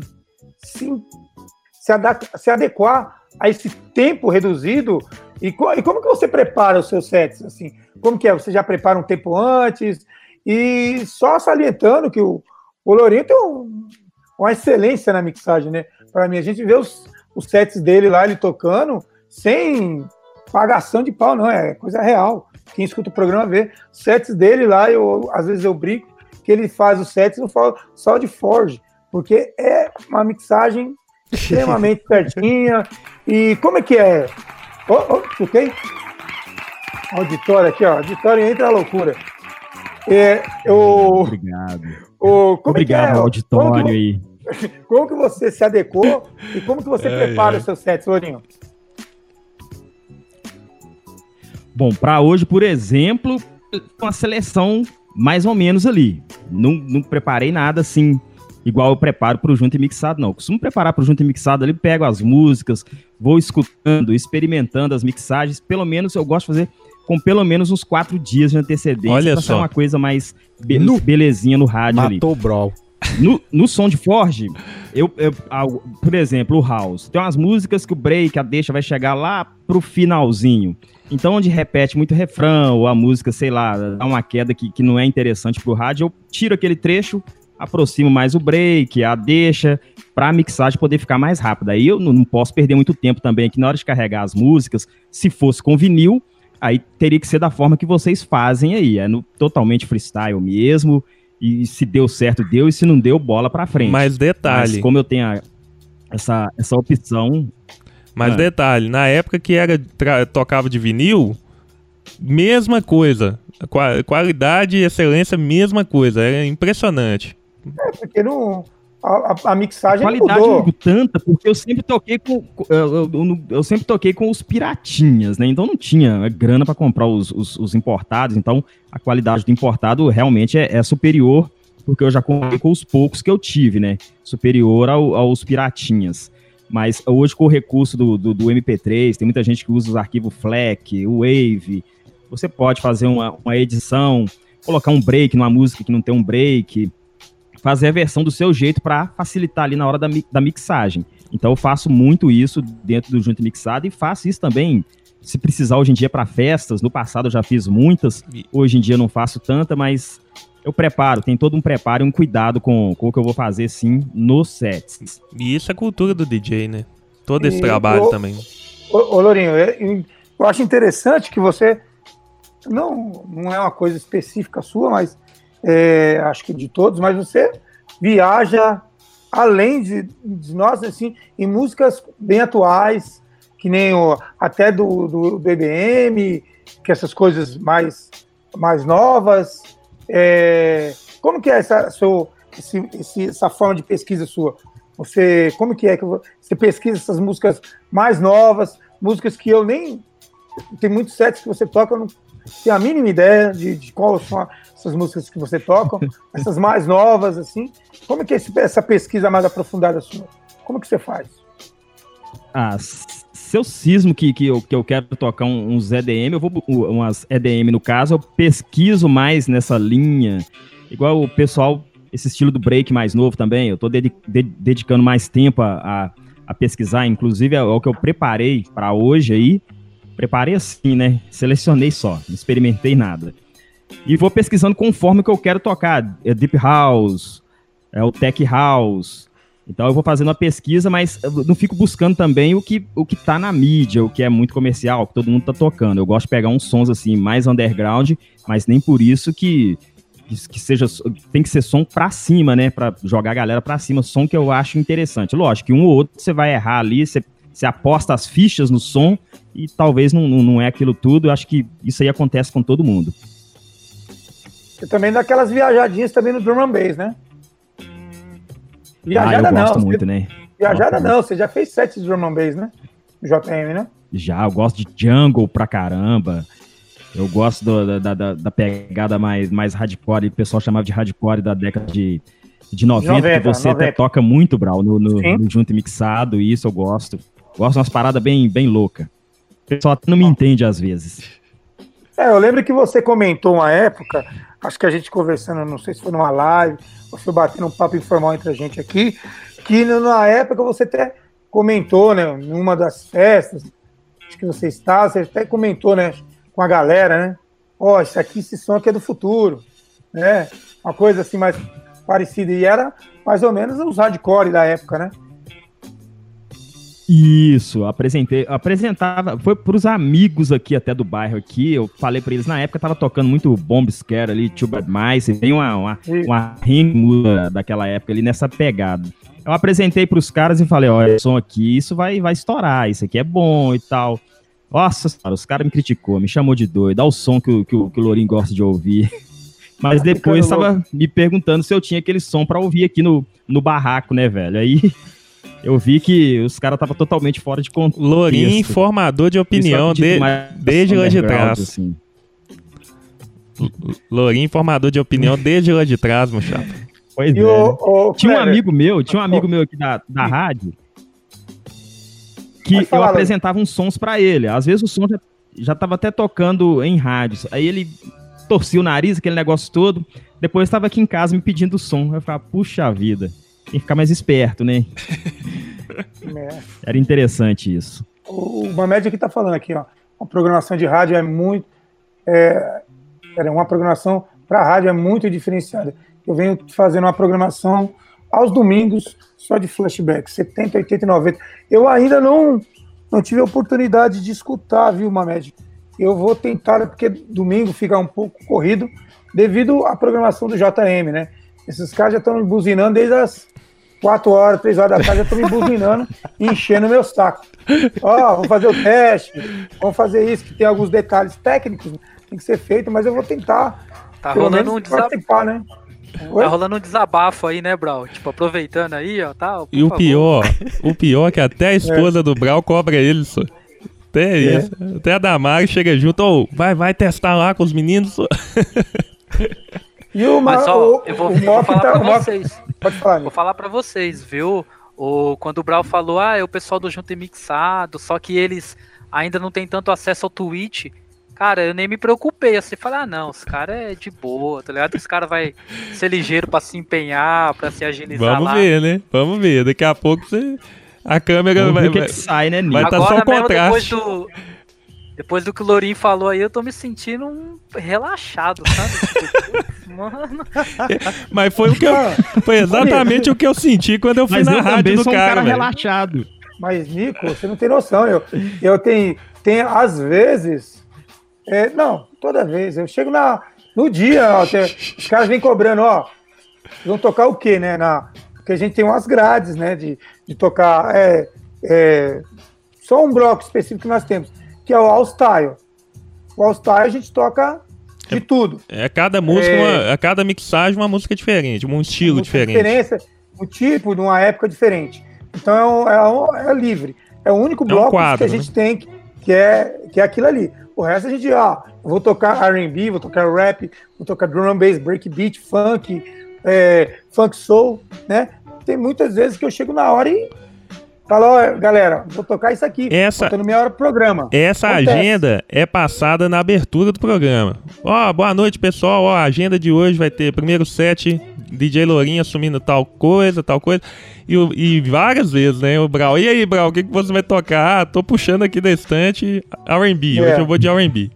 [SPEAKER 2] se adequar a esse tempo reduzido? E como que você prepara os seus sets, assim? Como que é? Você já prepara um tempo antes? E só salientando que o Lourinho tem uma excelência na mixagem, né? Para mim, a gente vê os sets dele lá, ele tocando, sem pagação de pau, não, é coisa real. Quem escuta o programa vê. Os sets dele lá, às vezes eu brinco que ele faz os sets no só de Forge, porque é uma mixagem extremamente certinha. E como é que é? Escutei? Auditório aqui, ó. Auditório entra a loucura.
[SPEAKER 5] Obrigado. Obrigado, auditório aí.
[SPEAKER 2] Como que você se adequou e como que você prepara os seus sets, Lourinho?
[SPEAKER 5] Bom, para hoje, por exemplo, uma seleção mais ou menos ali. Não preparei nada assim, igual eu preparo para o Junto e Mixado, não. Eu costumo preparar para o Junto e Mixado ali, pego as músicas, vou escutando, experimentando as mixagens. Pelo menos eu gosto de fazer com pelo menos uns 4 dias de antecedência.
[SPEAKER 3] Olha
[SPEAKER 5] pra
[SPEAKER 3] só.
[SPEAKER 5] ser uma coisa mais belezinha no rádio ali.
[SPEAKER 1] Matou o Brawl.
[SPEAKER 5] No som de Forge, por exemplo, o House. Tem umas músicas que o break, a deixa, vai chegar lá pro finalzinho. Então, onde repete muito refrão, ou a música, sei lá, dá uma queda que não é interessante pro rádio, eu tiro aquele trecho, aproximo mais o break, a deixa, pra mixagem poder ficar mais rápida. Aí eu não posso perder muito tempo também aqui na hora de carregar as músicas. Se fosse com vinil, aí teria que ser da forma que vocês fazem aí. totalmente freestyle mesmo. E se deu certo, deu. E se não deu, bola pra frente.
[SPEAKER 3] Mas detalhe.
[SPEAKER 5] Mas como eu tenho essa opção...
[SPEAKER 3] Mas detalhe, na época que tocava de vinil, mesma coisa. Qualidade e excelência, mesma coisa. Era impressionante.
[SPEAKER 2] Porque a mixagem
[SPEAKER 5] a qualidade
[SPEAKER 2] mudou.
[SPEAKER 5] Não mudou tanta, porque eu sempre toquei com os piratinhas, né? Então não tinha grana para comprar os importados. Então a qualidade do importado realmente é superior, porque eu já comprei com os poucos que eu tive, né? Superior aos piratinhas. Mas hoje, com o recurso do MP3, tem muita gente que usa os arquivos FLAC, o Wave. Você pode fazer uma edição, colocar um break numa música que não tem um break, fazer a versão do seu jeito para facilitar ali na hora da mixagem. Então eu faço muito isso dentro do Junto Mixado e faço isso também, se precisar hoje em dia, para festas. No passado eu já fiz muitas, hoje em dia eu não faço tanta, mas eu preparo, tem todo um preparo e um cuidado com o que eu vou fazer, sim, nos sets.
[SPEAKER 3] E isso é cultura do DJ, né? Todo esse trabalho também.
[SPEAKER 2] Ô Lourinho, eu acho interessante que você, não é uma coisa específica sua, mas acho que de todos, mas você viaja além de nós, assim, em músicas bem atuais, que nem até do EBM, que essas coisas mais novas. Como que é essa forma de pesquisa sua? Como que é que você pesquisa essas músicas mais novas, músicas que eu nem... Tem muitos sets que você toca, eu não tenho a mínima ideia de quais são essas músicas que você toca, essas mais novas, assim. Como que é essa pesquisa mais aprofundada sua? Como que você faz?
[SPEAKER 5] Se eu cismo que eu quero tocar uns EDM, umas EDM no caso, eu pesquiso mais nessa linha, igual o pessoal, esse estilo do break mais novo também, eu tô dedicando mais tempo a pesquisar, inclusive é o que eu preparei para hoje aí, preparei assim, né, selecionei só, não experimentei nada, e vou pesquisando conforme que eu quero tocar, Deep House, o Tech House. Então eu vou fazendo uma pesquisa, mas eu não fico buscando também o que tá na mídia, o que é muito comercial, o que todo mundo tá tocando. Eu gosto de pegar uns sons assim, mais underground, mas nem por isso que tem que ser som pra cima, né? Pra jogar a galera pra cima, som que eu acho interessante. Lógico que um ou outro você vai errar ali, você aposta as fichas no som e talvez não é aquilo tudo. Eu acho que isso aí acontece com todo mundo.
[SPEAKER 2] Você também dá aquelas viajadinhas também no drum and bass, né?
[SPEAKER 5] Viajada eu gosto muito, né?
[SPEAKER 2] Viajada não, você já fez sets de drum and bass, né? JM, né?
[SPEAKER 5] Já, eu gosto de jungle pra caramba. Eu gosto da pegada mais hardcore, que o pessoal chamava de hardcore da década de 90, que você até toca muito, Brau, no junto e mixado, e isso eu gosto. Gosto de umas paradas bem loucas. O pessoal até não me entende às vezes.
[SPEAKER 2] Eu lembro que você comentou uma época, acho que a gente conversando, não sei se foi numa live, ou foi batendo um papo informal entre a gente aqui, que na época você até comentou, né, numa das festas, acho que você estava, você até comentou, né, com a galera, né, esse som aqui é do futuro, né, uma coisa assim mais parecida, e era mais ou menos os hardcore da época, né?
[SPEAKER 5] Isso, apresentava, foi pros amigos aqui até do bairro aqui, eu falei pra eles, na época tava tocando muito Bomb Scare ali, Too Bad Mice, tem uma ringa daquela época ali nessa pegada. Eu apresentei pros caras e falei, esse som aqui, isso vai estourar, isso aqui é bom e tal. Nossa senhora, os caras me criticou, me chamou de doido, dá o som que o Lourinho gosta de ouvir. Mas depois tava me perguntando se eu tinha aquele som pra ouvir aqui no barraco, né, velho? Aí eu vi que os caras estavam totalmente fora de contexto.
[SPEAKER 3] Lourinho, formador de opinião desde lá de trás. Assim. Lourinho, formador de opinião desde lá de trás, meu chapa.
[SPEAKER 5] Pois é. Tinha um amigo meu aqui da rádio que eu apresentava uns sons pra ele. Às vezes o som já tava até tocando em rádios. Aí ele torcia o nariz, aquele negócio todo. Depois estava aqui em casa me pedindo o som. Eu ficava, puxa vida. Tem que ficar mais esperto, né? Era interessante isso.
[SPEAKER 2] O Mamed aqui tá falando aqui, ó. A programação de rádio é muito... uma programação para rádio é muito diferenciada. Eu venho fazendo uma programação aos domingos só de flashback, 70, 80 e 90. Eu ainda não tive a oportunidade de escutar, viu, Mamed? Eu vou tentar, porque domingo fica um pouco corrido devido à programação do JM, né? Esses caras já estão me buzinando desde as 4 horas, 3 horas da tarde, já estão me buzinando e enchendo o meu saco. Vamos fazer o teste, vamos fazer isso, que tem alguns detalhes técnicos, tem que ser feito, mas eu vou tentar
[SPEAKER 4] rolando
[SPEAKER 2] participar, né?
[SPEAKER 4] Tá rolando um desabafo aí, né, Brau? Tipo, aproveitando aí, ó, tal.
[SPEAKER 3] E o pior é que até a esposa do Brau cobra ele, só. Até isso. Até a Damari chega junto, vai testar lá com os meninos.
[SPEAKER 4] Mas ó, eu vou falar pra vocês.
[SPEAKER 2] Pode falar,
[SPEAKER 4] vou falar pra vocês, viu? Quando o Brau falou, é o pessoal do Junto e Mixado, só que eles ainda não tem tanto acesso ao Twitch. Cara, eu nem me preocupei. Assim, falei, não, os caras é de boa, tá ligado? Os caras vai ser ligeiro pra se embaixar, pra se agilizar.
[SPEAKER 3] Vamos ver, né? Vamos ver. Daqui a pouco a câmera vai
[SPEAKER 5] sai, né,
[SPEAKER 3] vai estar só o contraste.
[SPEAKER 4] Depois do que o Lourinho falou aí, eu tô me sentindo relaxado, sabe? Mano.
[SPEAKER 3] Mas foi exatamente o que eu senti quando eu fui na rádio do cara, velho.
[SPEAKER 5] Relaxado.
[SPEAKER 2] Mas, Nico, você não tem noção. Eu tenho às vezes... não, toda vez. Eu chego No dia, ó, os caras vêm cobrando, ó, vão tocar o quê, né? Porque a gente tem umas grades, né, de tocar, só um bloco específico que nós temos, que é o All Style. O All Style a gente toca de tudo.
[SPEAKER 3] Cada música, a cada mixagem uma música diferente, um estilo diferente.
[SPEAKER 2] Diferença, um tipo, de uma época diferente. Então é livre. É o único bloco quadro, que a gente tem que é aquilo ali. O resto a gente, eu vou tocar R&B, vou tocar rap, vou tocar drum and bass, breakbeat, funk, funk soul, né? Tem muitas vezes que eu chego na hora e falo, galera, vou tocar isso aqui, faltando meia hora pro programa.
[SPEAKER 3] Essa agenda é passada na abertura do programa. Boa noite, pessoal. A agenda de hoje vai ter primeiro set, DJ Lourinho assumindo tal coisa. E várias vezes, né, o Brau. E aí, Brau, o que você vai tocar? Tô puxando aqui da estante R&B. Hoje eu vou de R&B.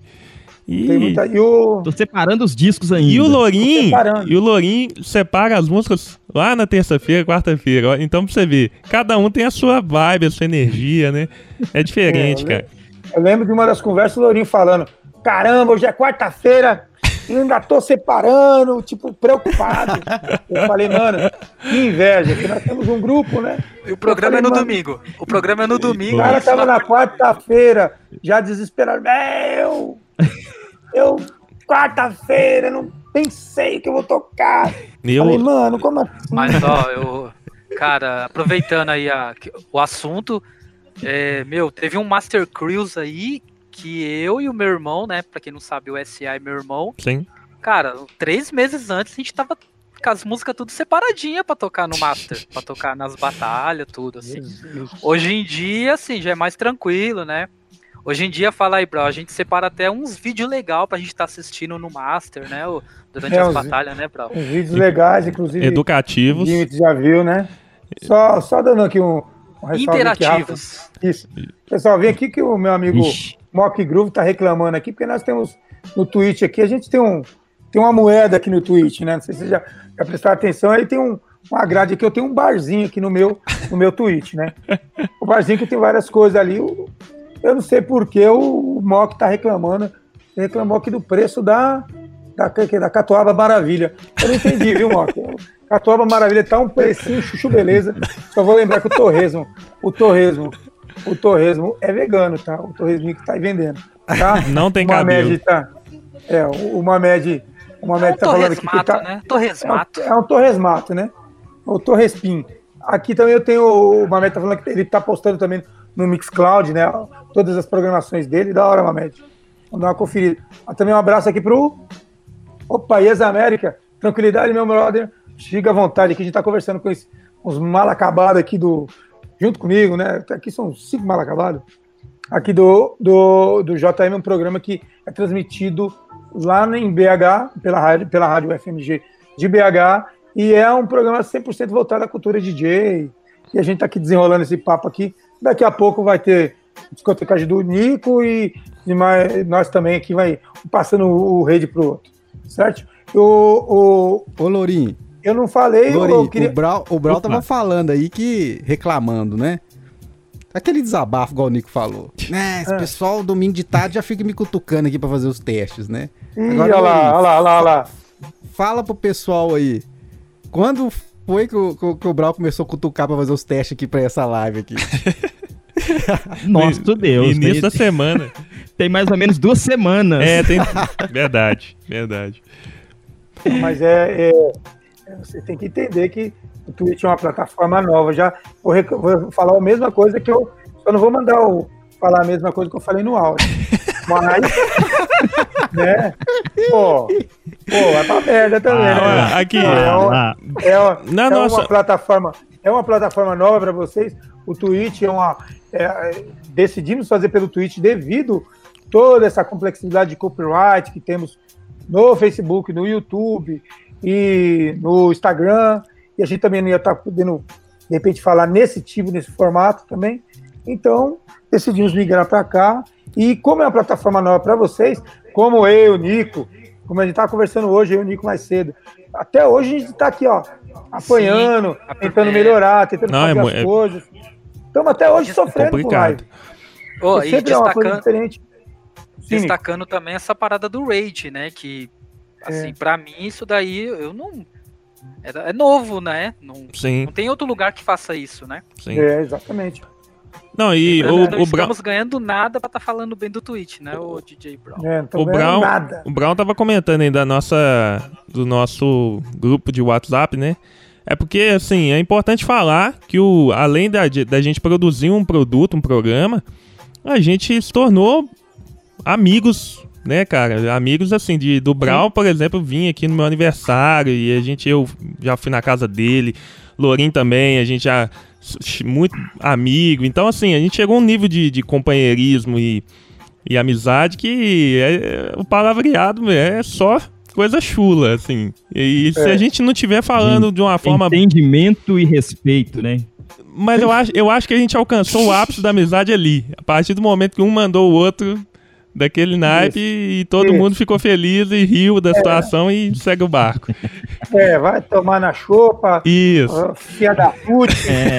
[SPEAKER 5] Tô separando os discos ainda.
[SPEAKER 3] E o Lourinho separa as músicas lá na terça-feira, quarta-feira. Então, pra você ver, cada um tem a sua vibe, a sua energia, né? É diferente, cara.
[SPEAKER 2] Eu lembro de uma das conversas, o Lourinho falando, caramba, hoje é quarta-feira e ainda tô separando, tipo, preocupado. Eu falei, mano, que inveja, porque nós temos um grupo, né?
[SPEAKER 4] E o programa é no domingo. O programa é no domingo.
[SPEAKER 2] O cara tava na quarta-feira, já desesperado. Eu quarta-feira, não pensei que eu vou tocar. Falei, mano, como assim?
[SPEAKER 4] Mas, cara, aproveitando aí o assunto, teve um Master Cruise aí, que eu e o meu irmão, né, pra quem não sabe, o S.I. meu irmão.
[SPEAKER 3] Sim.
[SPEAKER 4] Cara, 3 meses antes a gente tava com as músicas tudo separadinha pra tocar no Master, pra tocar nas batalhas, tudo, assim. Hoje em dia, assim, já é mais tranquilo, né? Hoje em dia, fala aí, Brau, a gente separa até uns vídeos legais pra gente estar assistindo no Master, né? Durante as batalhas, né, Brau?
[SPEAKER 2] Uns vídeos legais, inclusive.
[SPEAKER 3] Educativos.
[SPEAKER 2] O já viu, né? Só dando aqui um
[SPEAKER 4] interativos.
[SPEAKER 2] Isso. Pessoal, vem aqui que o meu amigo Mock Groove tá reclamando aqui, porque nós temos no Twitch aqui, a gente tem uma moeda aqui no Twitch, né? Não sei se você já prestaram atenção, aí tem uma grade aqui, eu tenho um barzinho aqui no meu Twitch, né? O barzinho que tem várias coisas ali, eu não sei por que o Mock tá reclamando. Ele reclamou aqui do preço da Catuaba Maravilha. Eu não entendi, viu, Mock? Catuaba Maravilha tá um precinho, chuchu beleza. Só vou lembrar que o torresmo é vegano, tá? O torresminho que tá aí vendendo, tá?
[SPEAKER 3] Não tem cabelo.
[SPEAKER 2] O Mamed tá falando aqui que tá...
[SPEAKER 4] Né? Torresmato.
[SPEAKER 2] É um torresmato, né? O torrespim. Aqui também eu tenho... O Mamed tá falando que ele tá postando também no Mixcloud, né? Todas as programações dele. Da hora, Mamed. Vamos dar uma conferida. Também um abraço aqui pro... Opa, Yes América. Tranquilidade, meu brother. Fica à vontade aqui. A gente tá conversando com uns mal acabados aqui junto comigo, né? Aqui são 5 mal acabados. Aqui do JM, um programa que é transmitido lá em BH, pela rádio FMG de BH, e é um programa 100% voltado à cultura DJ, e a gente tá aqui desenrolando esse papo aqui. Daqui a pouco vai ter discotecagem do Nico e nós também aqui vai passando o rede pro outro, certo?
[SPEAKER 1] Ô Lourinho,
[SPEAKER 2] eu não falei...
[SPEAKER 1] Lourinho, o Brau tava falando aí reclamando, né? Aquele desabafo, igual o Nico falou. Esse pessoal, domingo de tarde, já fica me cutucando aqui pra fazer os testes, né?
[SPEAKER 2] Agora, olha lá.
[SPEAKER 1] Fala pro pessoal aí. Quando foi que o Brau começou a cutucar pra fazer os testes aqui pra essa live aqui?
[SPEAKER 5] Nossa, Deus.
[SPEAKER 3] Início da semana.
[SPEAKER 5] Tem mais ou menos 2 semanas.
[SPEAKER 3] Tem... Verdade.
[SPEAKER 2] Mas você tem que entender que o Twitch é uma plataforma nova. Já vou falar a mesma coisa que eu só não vou falar a mesma coisa que eu falei no áudio. Mas, né? Pô, é pra merda também, né?
[SPEAKER 3] Aqui.
[SPEAKER 2] É uma plataforma nova para vocês. O Twitch decidimos fazer pelo Twitch devido toda essa complexidade de copyright que temos no Facebook, no YouTube e no Instagram. E a gente também não ia estar podendo, de repente, falar nesse formato também. Então, decidimos migrar para cá. E como é uma plataforma nova para vocês, como eu, o Nico, como a gente estava conversando hoje, eu e o Nico mais cedo, até hoje a gente está aqui, apanhando, tentando melhorar, tentando fazer as coisas. Estamos até hoje sofrendo com live.
[SPEAKER 4] E destacando também essa parada do Raid, né? Que Assim, pra mim, isso daí, eu não... É novo, né?
[SPEAKER 3] Sim.
[SPEAKER 4] Não tem outro lugar que faça isso, né?
[SPEAKER 3] Sim.
[SPEAKER 2] Exatamente.
[SPEAKER 3] Não, e
[SPEAKER 4] Não
[SPEAKER 3] o Brown...
[SPEAKER 4] estamos ganhando nada pra estar falando bem do Twitch, né, o DJ Brown?
[SPEAKER 2] Não tô ganhando nada.
[SPEAKER 3] O Brown tava comentando aí do nosso grupo de WhatsApp, né? É porque, assim, é importante falar que além da gente produzir um produto, um programa, a gente se tornou amigos, né, cara? Amigos, assim, do Brown, por exemplo, vim aqui no meu aniversário e eu já fui na casa dele, Lorin também, a gente já... muito amigo, então assim, a gente chegou a um nível de companheirismo e amizade que o palavreado é só coisa chula, assim, e se a gente não estiver falando de uma forma...
[SPEAKER 5] Entendimento e respeito, né?
[SPEAKER 3] Mas eu acho que a gente alcançou o ápice da amizade ali, a partir do momento que um mandou o outro daquele naipe e todo mundo ficou feliz e riu da situação e segue o barco.
[SPEAKER 2] Vai tomar na chopa.
[SPEAKER 3] Isso.
[SPEAKER 2] Fia da put.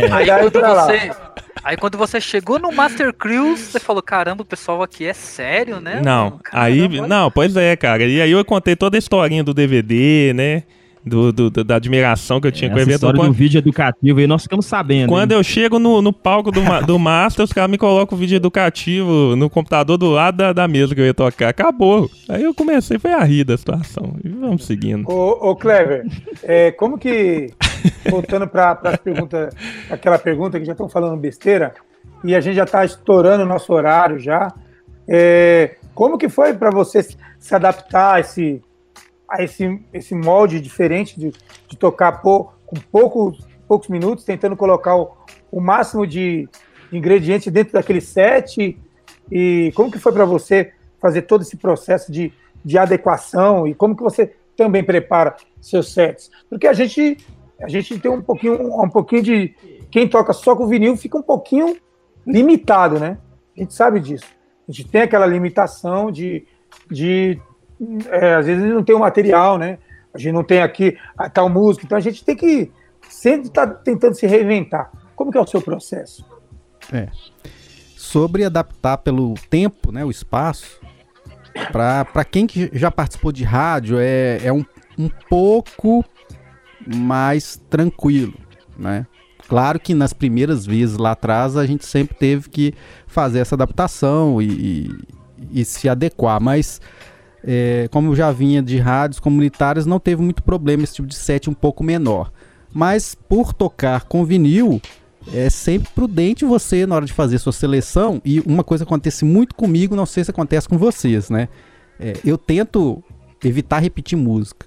[SPEAKER 4] Aí quando você chegou no Master Cruise, você falou, caramba, o pessoal aqui é sério, né?
[SPEAKER 3] Não, pois é, cara. E aí eu contei toda a historinha do DVD, né? Da admiração que eu tinha com o evento.
[SPEAKER 5] História do vídeo educativo aí, nós ficamos sabendo.
[SPEAKER 3] Quando eu chego no palco do Master, os caras me colocam o vídeo educativo no computador do lado da mesa que eu ia tocar. Acabou. Aí eu comecei a rir da situação. E vamos seguindo.
[SPEAKER 2] Ô Clever, como que... Voltando para as perguntas, aquela pergunta que já estão falando besteira, e a gente já está estourando o nosso horário já. Como que foi para você se adaptar a esse molde diferente de tocar com poucos minutos, tentando colocar o máximo de ingredientes dentro daquele set? E como que foi para você fazer todo esse processo de adequação? E como que você também prepara seus sets? Porque a gente tem um pouquinho de... Quem toca só com vinil fica um pouquinho limitado, né? A gente sabe disso. A gente tem aquela limitação às vezes não tem o material, né? A gente não tem aqui a tal música, então a gente tem que sempre estar tentando se reinventar. Como que é o seu processo?
[SPEAKER 1] Sobre adaptar pelo tempo, né, o espaço, para quem que já participou de rádio, é um pouco mais tranquilo, né? Claro que nas primeiras vezes lá atrás a gente sempre teve que fazer essa adaptação e se adequar, mas como eu já vinha de rádios comunitárias, não teve muito problema esse tipo de set um pouco menor. Mas por tocar com vinil, é sempre prudente você, na hora de fazer sua seleção, e uma coisa que acontece muito comigo, não sei se acontece com vocês, né? Eu tento evitar repetir música.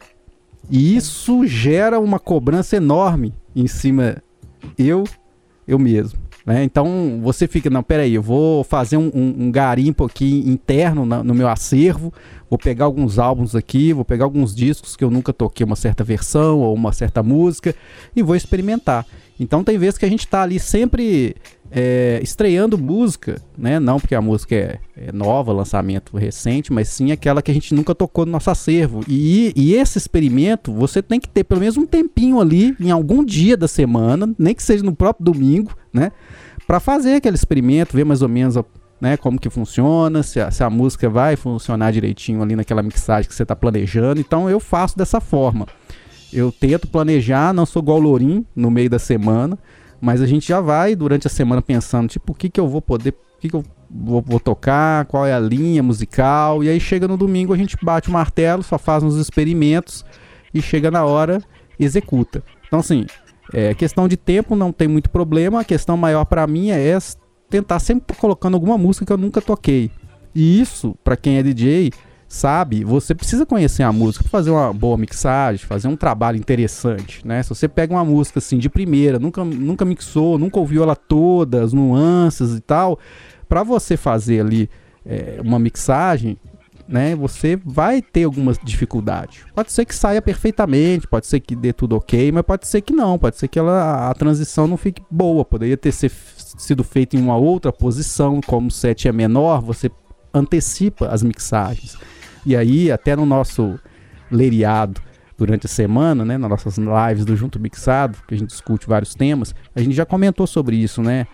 [SPEAKER 1] E isso gera uma cobrança enorme em cima eu mesmo, né? Então você fica, não, peraí, eu vou fazer um garimpo aqui interno no meu acervo, vou pegar alguns álbuns aqui, vou pegar alguns discos que eu nunca toquei uma certa versão ou uma certa música e vou experimentar. Então tem vezes que a gente tá ali sempre estreando música, né? Não porque a música é nova, lançamento recente, mas sim aquela que a gente nunca tocou no nosso acervo. E esse experimento, você tem que ter pelo menos um tempinho ali, em algum dia da semana, nem que seja no próprio domingo, né? Para fazer aquele experimento, ver mais ou menos, né, como que funciona, se a música vai funcionar direitinho ali naquela mixagem que você está planejando. Então eu faço dessa forma. Eu tento planejar, não sou igual o Lorin no meio da semana, mas a gente já vai durante a semana pensando, tipo, o que eu vou poder, o que eu vou tocar, qual é a linha musical, e aí chega no domingo a gente bate o martelo, só faz uns experimentos e chega na hora, executa. Então assim, questão de tempo não tem muito problema, a questão maior para mim é tentar sempre estar colocando alguma música que eu nunca toquei. E isso, para quem é DJ, sabe, você precisa conhecer a música para fazer uma boa mixagem, fazer um trabalho interessante, né? Se você pega uma música assim de primeira, nunca mixou, nunca ouviu ela toda, as nuances e tal, para você fazer ali uma mixagem, né, você vai ter alguma dificuldade. Pode ser que saia perfeitamente, pode ser que dê tudo ok, mas pode ser que não, pode ser que a transição não fique boa, poderia ter sido feita em uma outra posição, como o set é menor, você antecipa as mixagens. E aí, até no nosso leiriado durante a semana, né, nas nossas lives do Junto Mixado, que a gente discute vários temas, a gente já comentou sobre isso, né?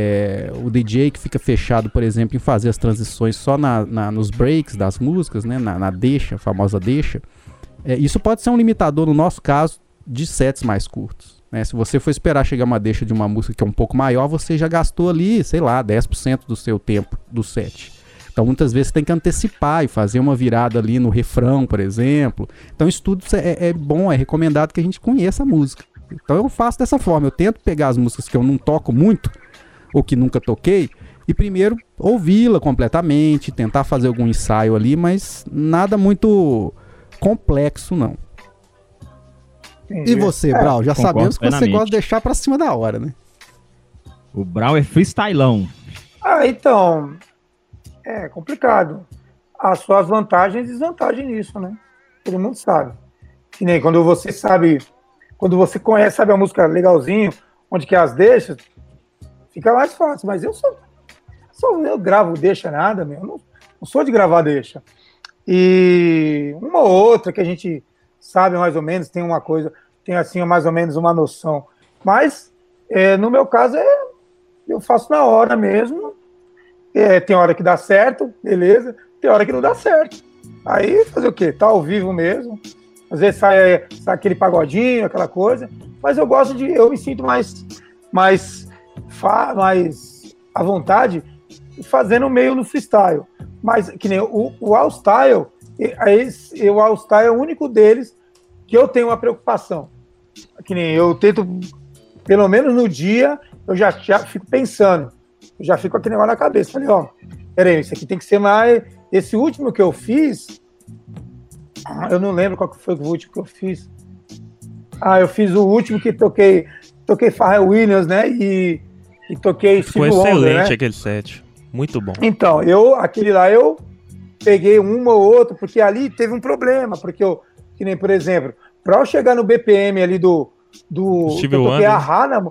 [SPEAKER 1] O DJ que fica fechado, por exemplo, em fazer as transições só nos breaks das músicas, né, na deixa, a famosa deixa, Isso pode ser um limitador, no nosso caso, de sets mais curtos. Né? Se você for esperar chegar uma deixa de uma música que é um pouco maior, você já gastou ali, sei lá, 10% do seu tempo do set. Então muitas vezes você tem que antecipar e fazer uma virada ali no refrão, por exemplo. Então isso tudo é bom, é recomendado que a gente conheça a música. Então eu faço dessa forma, eu tento pegar as músicas que eu não toco muito, ou que nunca toquei, e primeiro ouvi-la completamente, tentar fazer algum ensaio ali, mas nada muito complexo não.
[SPEAKER 2] Entendi.
[SPEAKER 1] E você, Brau? Já
[SPEAKER 5] concordo
[SPEAKER 1] sabemos que você
[SPEAKER 5] plenamente.
[SPEAKER 1] gosta de deixar pra cima da hora, né?
[SPEAKER 5] O Brau é freestylão.
[SPEAKER 2] Então, é complicado. As suas vantagens e desvantagens nisso, né? Todo mundo sabe. Que nem quando você sabe, quando você conhece, sabe a música legalzinho, onde que as deixa, fica mais fácil. Mas eu gravo deixa nada, meu. Eu não sou de gravar deixa. E uma ou outra que a gente sabe mais ou menos, tem uma coisa, tem assim mais ou menos uma noção. Mas, no meu caso, eu faço na hora mesmo. Tem hora que dá certo, beleza. Tem hora que não dá certo. Aí, fazer o quê? Tá ao vivo mesmo. Às vezes sai aquele pagodinho, aquela coisa. Mas eu me sinto mais à vontade fazendo meio no freestyle. Mas que nem o All Style, o All Style é o único deles que eu tenho uma preocupação. Que nem eu tento, pelo menos no dia, eu já fico pensando. Eu já fico com aquele negócio na cabeça. Falei, peraí, isso aqui tem que ser mais... Esse último que eu fiz, eu não lembro qual que foi o último que eu fiz. Eu fiz o último que toquei Pharrell Williams, né? E toquei
[SPEAKER 3] Foi
[SPEAKER 2] Stevie Wonder,
[SPEAKER 3] excelente
[SPEAKER 2] né?
[SPEAKER 3] aquele set. Muito bom.
[SPEAKER 2] Então, aquele lá eu peguei uma ou outra, porque ali teve um problema, porque que nem, por exemplo, para eu chegar no BPM ali do
[SPEAKER 3] Stevie
[SPEAKER 2] eu toquei
[SPEAKER 3] Wonder.
[SPEAKER 2] a Rá,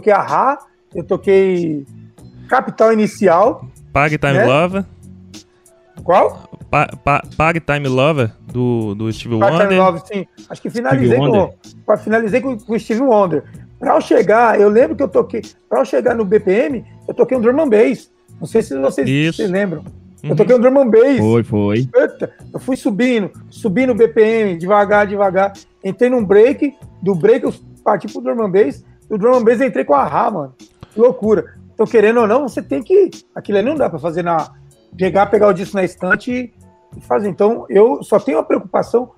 [SPEAKER 2] eu toquei Capital Inicial.
[SPEAKER 3] Pag Time
[SPEAKER 2] né?
[SPEAKER 3] Lover.
[SPEAKER 2] Qual?
[SPEAKER 3] Pag Time Lover do Stevie
[SPEAKER 2] Part-Time
[SPEAKER 3] Wonder.
[SPEAKER 2] Love, sim. Acho que finalizei
[SPEAKER 5] Wonder.
[SPEAKER 2] com o Stevie Wonder. Para eu chegar, eu lembro que para eu chegar no BPM, eu toquei um drum and bass. Não sei se vocês lembram. Eu toquei um drum and bass.
[SPEAKER 5] Foi.
[SPEAKER 2] Eita, eu fui subindo o BPM, devagar. Entrei num break, do break eu parti pro drum and bass, do drum and bass eu entrei com a Rá, mano. Que loucura. Então, querendo ou não, você tem que... Aquilo ali não dá pra fazer pegar o disco na estante e fazer. Então, eu só tenho a preocupação,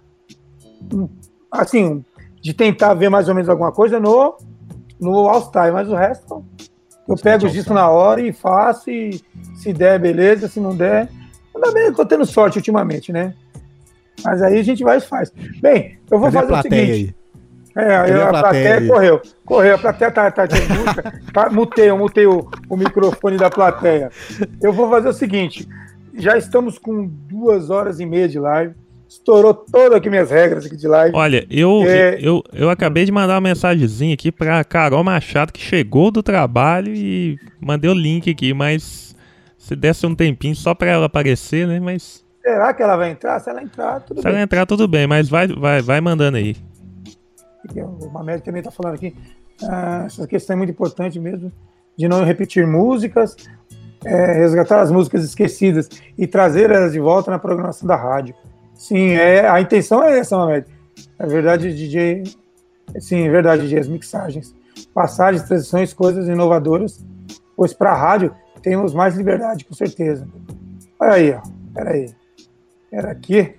[SPEAKER 2] assim, de tentar ver mais ou menos alguma coisa no All-Star, mas o resto, eu pego os discos na hora e faço, e se der, beleza, se não der... Ainda bem que eu tô tendo sorte ultimamente, né? Mas aí a gente vai e faz. Bem, eu vou fazer o seguinte... a plateia correu, a plateia tá de música, mutei o microfone da plateia. Eu vou fazer o seguinte, já estamos com 2h30 de live, estourou todas aqui minhas regras aqui de live.
[SPEAKER 3] Olha, eu acabei de mandar uma mensagenzinha aqui pra Carol Machado, que chegou do trabalho e mandei o link aqui, mas se desse um tempinho só pra ela aparecer, né, mas...
[SPEAKER 2] Será que ela vai entrar? Se ela entrar, tudo bem.
[SPEAKER 3] Se ela entrar, tudo bem, mas vai mandando aí.
[SPEAKER 2] O Mamed também está falando aqui, essa questão é muito importante mesmo, de não repetir músicas, resgatar as músicas esquecidas e trazer elas de volta na programação da rádio. Sim, a intenção é essa, Mamed. É verdade, DJ. Sim, é verdade, DJ, as mixagens, passagens, transições, coisas inovadoras, pois para a rádio temos mais liberdade, com certeza. Olha aí, peraí. Era aqui.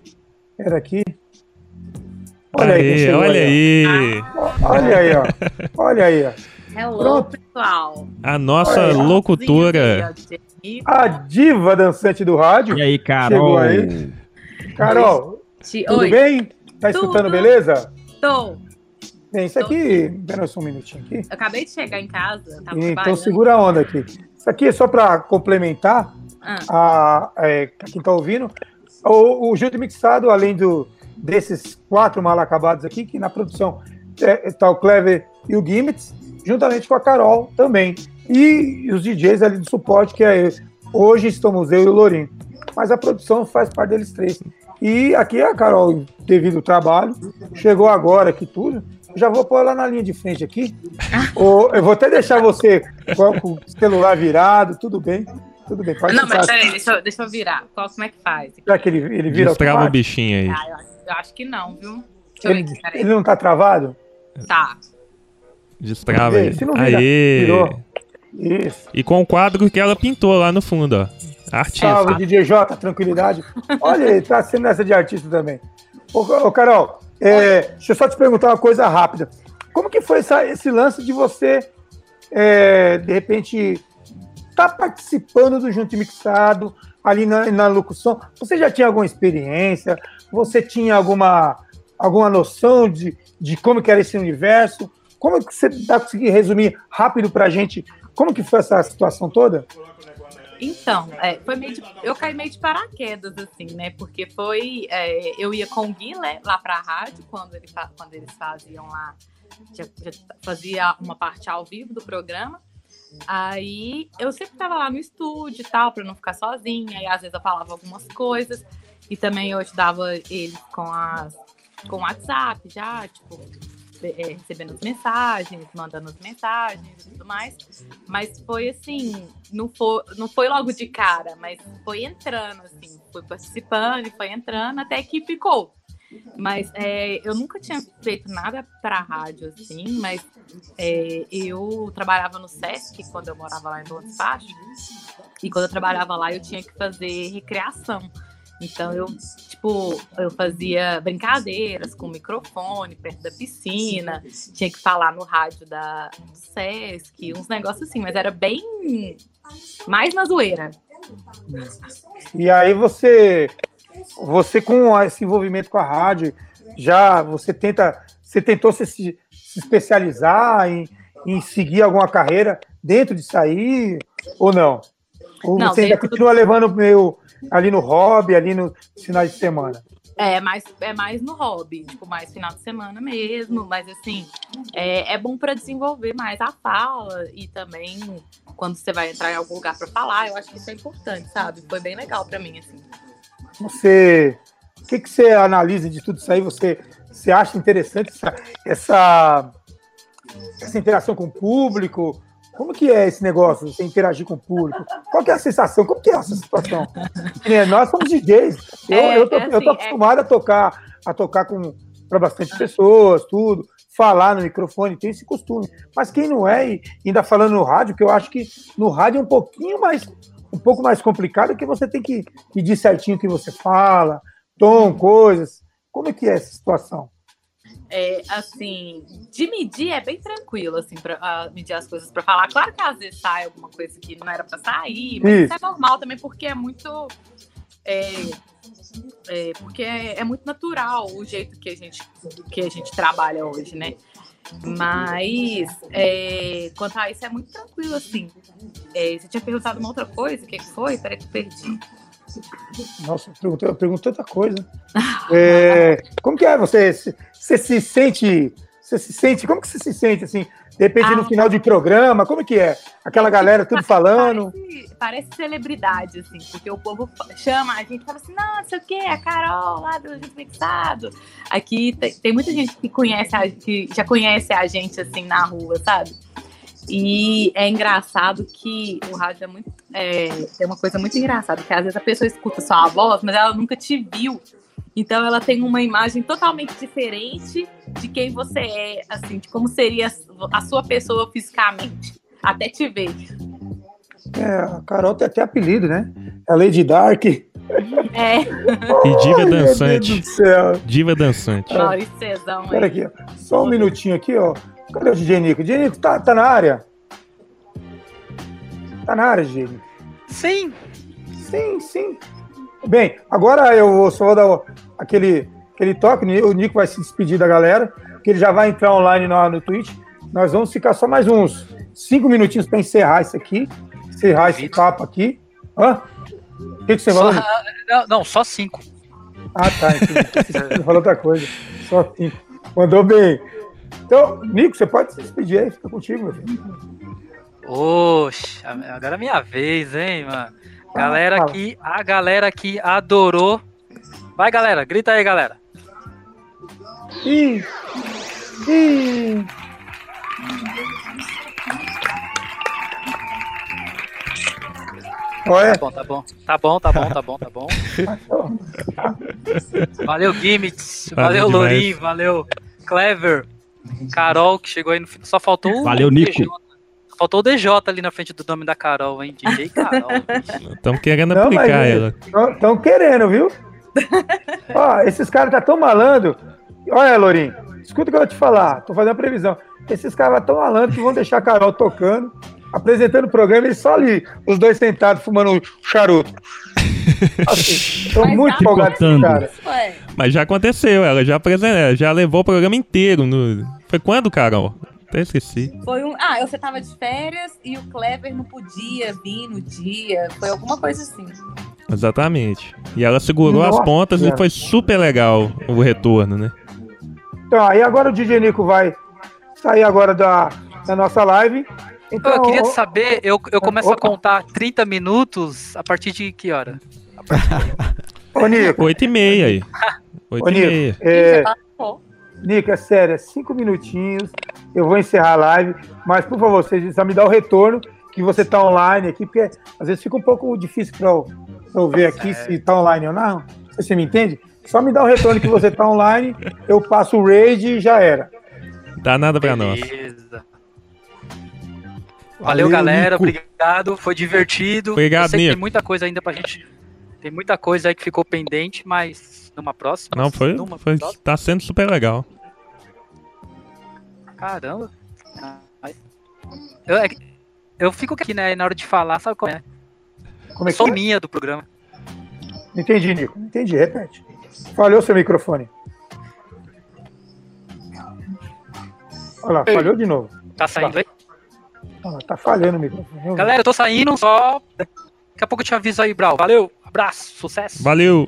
[SPEAKER 2] Olha aí, quem chegou
[SPEAKER 3] olha aí.
[SPEAKER 2] Olha aí, ó.
[SPEAKER 6] Hello,
[SPEAKER 2] Pronto.
[SPEAKER 6] pessoal.
[SPEAKER 3] A nossa locutora.
[SPEAKER 2] A diva dançante do rádio.
[SPEAKER 5] E aí, Carol?
[SPEAKER 2] Chegou aí. Carol, tudo
[SPEAKER 6] Oi.
[SPEAKER 2] bem? Tá escutando,
[SPEAKER 6] Tudo.
[SPEAKER 2] beleza?
[SPEAKER 6] Tô.
[SPEAKER 2] Bem, isso aqui... Espera só um minutinho aqui.
[SPEAKER 6] Eu acabei de chegar em casa. Tava
[SPEAKER 2] Então
[SPEAKER 6] trabalhando.
[SPEAKER 2] segura a onda aqui. Isso aqui é só para complementar quem tá ouvindo. O Junto Mixado, além desses 4 mal acabados aqui, que na produção tá o Clever e o Gimmets, juntamente com a Carol também. E os DJs ali do suporte, que hoje estamos eu e o Lourinho. Mas a produção faz parte deles 3. E aqui a Carol, devido ao trabalho, chegou agora aqui tudo. Já vou pôr ela na linha de frente aqui. Eu vou até deixar você com o celular virado, tudo bem. Pode
[SPEAKER 6] Não, mas
[SPEAKER 2] ficar.
[SPEAKER 6] peraí, deixa eu virar. Como é que faz?
[SPEAKER 2] Será que ele vira
[SPEAKER 3] Destrava o
[SPEAKER 2] automático?
[SPEAKER 3] bichinho aí.
[SPEAKER 6] Eu acho eu acho que não, viu? Deixa eu ver aqui, peraí.
[SPEAKER 2] Ele não tá travado?
[SPEAKER 6] Tá.
[SPEAKER 3] Destrava aí.
[SPEAKER 2] Se não vira,
[SPEAKER 3] Aê!
[SPEAKER 2] virou. Isso.
[SPEAKER 3] E com o quadro que ela pintou lá no fundo, ó. Artista.
[SPEAKER 2] Salve, DJ J, tranquilidade. Olha aí, tá sendo essa de artista também. Ô Carol, deixa eu só te perguntar uma coisa rápida. Como que foi esse lance de você, de repente, tá participando do Junto e Mixado, ali na locução? Você já tinha alguma experiência? Você tinha alguma noção de como que era esse universo? Como que você tá conseguindo resumir rápido pra gente como que foi essa situação toda?
[SPEAKER 6] Então, eu caí meio de paraquedas, assim, né? Porque eu ia com o Gui, né, lá pra rádio, quando eles faziam lá, já fazia uma parte ao vivo do programa. Aí eu sempre tava lá no estúdio e tal, pra não ficar sozinha, e às vezes eu falava algumas coisas, e também eu ajudava eles com o WhatsApp já, tipo, recebendo as mensagens, mandando as mensagens e tudo mais. Mas foi assim, não foi logo de cara, mas foi entrando, assim, foi participando e foi entrando até que ficou. Mas eu nunca tinha feito nada para rádio, assim, mas eu trabalhava no Sesc quando eu morava lá em Dom Despacho, e quando eu trabalhava lá eu tinha que fazer recreação. Então, eu fazia brincadeiras com o microfone perto da piscina, tinha que falar no rádio do Sesc, uns negócios assim, mas era bem mais na zoeira.
[SPEAKER 2] E aí você com esse envolvimento com a rádio, você tentou se especializar em seguir alguma carreira dentro disso aí, ou não? Ou não, você ainda continua levando meio ali no hobby, ali nos finais de semana?
[SPEAKER 6] É mais no hobby, tipo, mais final de semana mesmo, mas assim, é bom para desenvolver mais a fala e também quando você vai entrar em algum lugar para falar, eu acho que isso é importante, sabe? Foi bem legal para mim, assim.
[SPEAKER 2] O que você analisa de tudo isso aí? Você acha interessante essa interação com o público? Como que é esse negócio, você interagir com o público? Qual que é a sensação? Como que é essa situação? Porque nós somos DJs. Eu tô acostumado a tocar para bastante pessoas, tudo, falar no microfone, tem esse costume. Mas quem não é, e ainda falando no rádio, que eu acho que no rádio é um pouco mais complicado, que você tem que medir certinho o que você fala, tom, coisas. Como é que é essa situação?
[SPEAKER 6] Assim, de medir é bem tranquilo, assim, pra medir as coisas pra falar. Claro que às vezes sai alguma coisa que não era pra sair, mas isso é normal também, porque é muito... porque é muito natural o jeito que a gente trabalha hoje, né? Mas, quanto a isso, é muito tranquilo, assim. Você tinha perguntado uma outra coisa, o que foi? Peraí que eu perdi.
[SPEAKER 2] Nossa, eu pergunto tanta coisa. Como que é você se sente, como que você se sente, assim, de repente no final de programa, como que é? Aquela galera tudo falando.
[SPEAKER 6] Parece celebridade, assim, porque o povo chama, a gente fala assim, não sei o que, a Carol lá do Junto Mixado. Aqui tem muita gente que já conhece a gente, assim, na rua, sabe? E é engraçado que o rádio é uma coisa muito engraçada, que às vezes a pessoa escuta só a voz, mas ela nunca te viu. Então ela tem uma imagem totalmente diferente de quem você é, assim, de como seria a sua pessoa fisicamente, até te ver.
[SPEAKER 2] A Carol tem até apelido, né? É Lady Dark.
[SPEAKER 3] E diva dançante. Diva dançante.
[SPEAKER 6] Maurício Cezão.
[SPEAKER 2] Espera aqui, ó. Só um minutinho aqui, ó. Cadê o DJ Nico? DJ Nico, tá na área? Tá na área, DJ Nico?
[SPEAKER 4] Sim.
[SPEAKER 2] Sim. Bem, agora eu só vou dar aquele toque, o Nico vai se despedir da galera, que ele já vai entrar online no Twitch. Nós vamos ficar só mais uns 5 minutinhos para encerrar isso aqui, encerrar esse papo aqui. Hã? O que você falou?
[SPEAKER 4] Não, só 5.
[SPEAKER 2] Ah, tá. Você falou outra coisa. Só 5. Mandou bem. Então, Nico, você pode se despedir aí, fica contigo, meu filho.
[SPEAKER 4] Oxe, agora é minha vez, hein, mano. A galera aqui adorou. Vai, galera, grita aí, galera.
[SPEAKER 2] Ih. Olha,
[SPEAKER 4] Tá bom. Valeu, Gimmicks. Valeu,
[SPEAKER 3] demais.
[SPEAKER 4] Lorim. Valeu, Clever. Carol, que chegou aí no final. Só faltou o
[SPEAKER 5] Valeu, Nico.
[SPEAKER 4] DJ. Só faltou o DJ ali na frente do nome da Carol, hein? DJ Carol.
[SPEAKER 3] Estamos querendo
[SPEAKER 2] não,
[SPEAKER 3] aplicar
[SPEAKER 2] mas
[SPEAKER 3] ela.
[SPEAKER 2] estão querendo, viu? Ó, esses caras tá tão malandro. Olha, Lorim, escuta o que eu vou te falar. Tô fazendo a previsão. Esses caras tão malandro que vão deixar a Carol tocando, apresentando o programa e só ali, os dois sentados fumando um charuto. Assim, tô
[SPEAKER 6] Mas
[SPEAKER 2] muito
[SPEAKER 6] tá
[SPEAKER 2] empolgado com esse cara.
[SPEAKER 6] Ué,
[SPEAKER 3] Mas já aconteceu, ela já apresentou, já levou o programa inteiro. Foi quando, Carol? Até esqueci.
[SPEAKER 6] foi um. Ah, você tava de férias e o Clever não podia vir no dia. Foi alguma coisa assim.
[SPEAKER 3] Exatamente. E ela segurou
[SPEAKER 2] Nossa,
[SPEAKER 3] as pontas
[SPEAKER 2] cara.
[SPEAKER 3] e foi super legal o retorno, né?
[SPEAKER 2] Então, aí agora o DJ Nico vai sair agora da nossa live. Então,
[SPEAKER 4] Eu queria saber, eu começo a contar 30 minutos a partir de que hora?
[SPEAKER 2] ô Nico,
[SPEAKER 3] 8h30 aí.
[SPEAKER 2] ô
[SPEAKER 3] 8h30.
[SPEAKER 2] Nico,
[SPEAKER 6] Ih, já tá bom.
[SPEAKER 2] Nico, é sério, é 5 minutinhos, eu vou encerrar a live, mas por favor, você já me dá o retorno que você tá online aqui, porque às vezes fica um pouco difícil pra eu ver aqui se tá online ou não. Você me entende? Só me dá o retorno que você tá online, eu passo o raid e já era.
[SPEAKER 3] Dá nada pra nós.
[SPEAKER 4] Beleza. Valeu, galera.
[SPEAKER 1] Nico.
[SPEAKER 4] Obrigado. Foi divertido.
[SPEAKER 3] Obrigado,
[SPEAKER 4] Eu sei que
[SPEAKER 3] Nico.
[SPEAKER 4] tem muita coisa ainda pra gente. Tem muita coisa aí que ficou pendente, mas numa próxima.
[SPEAKER 3] Não, foi,
[SPEAKER 4] Numa próxima.
[SPEAKER 3] tá sendo super legal.
[SPEAKER 4] Caramba. Eu fico aqui, né? Na hora de falar, sabe como é?
[SPEAKER 2] Como é que
[SPEAKER 4] Sou
[SPEAKER 2] é?
[SPEAKER 4] minha do programa.
[SPEAKER 2] Não entendi, Nico. Não entendi, repete. Falhou seu microfone. Olha lá, falhou de novo.
[SPEAKER 4] Tá saindo aí?
[SPEAKER 2] Olha lá, tá falhando o microfone.
[SPEAKER 4] Galera, eu tô saindo só. Daqui a pouco eu te aviso aí, Brau. Valeu, abraço, sucesso.
[SPEAKER 3] Valeu!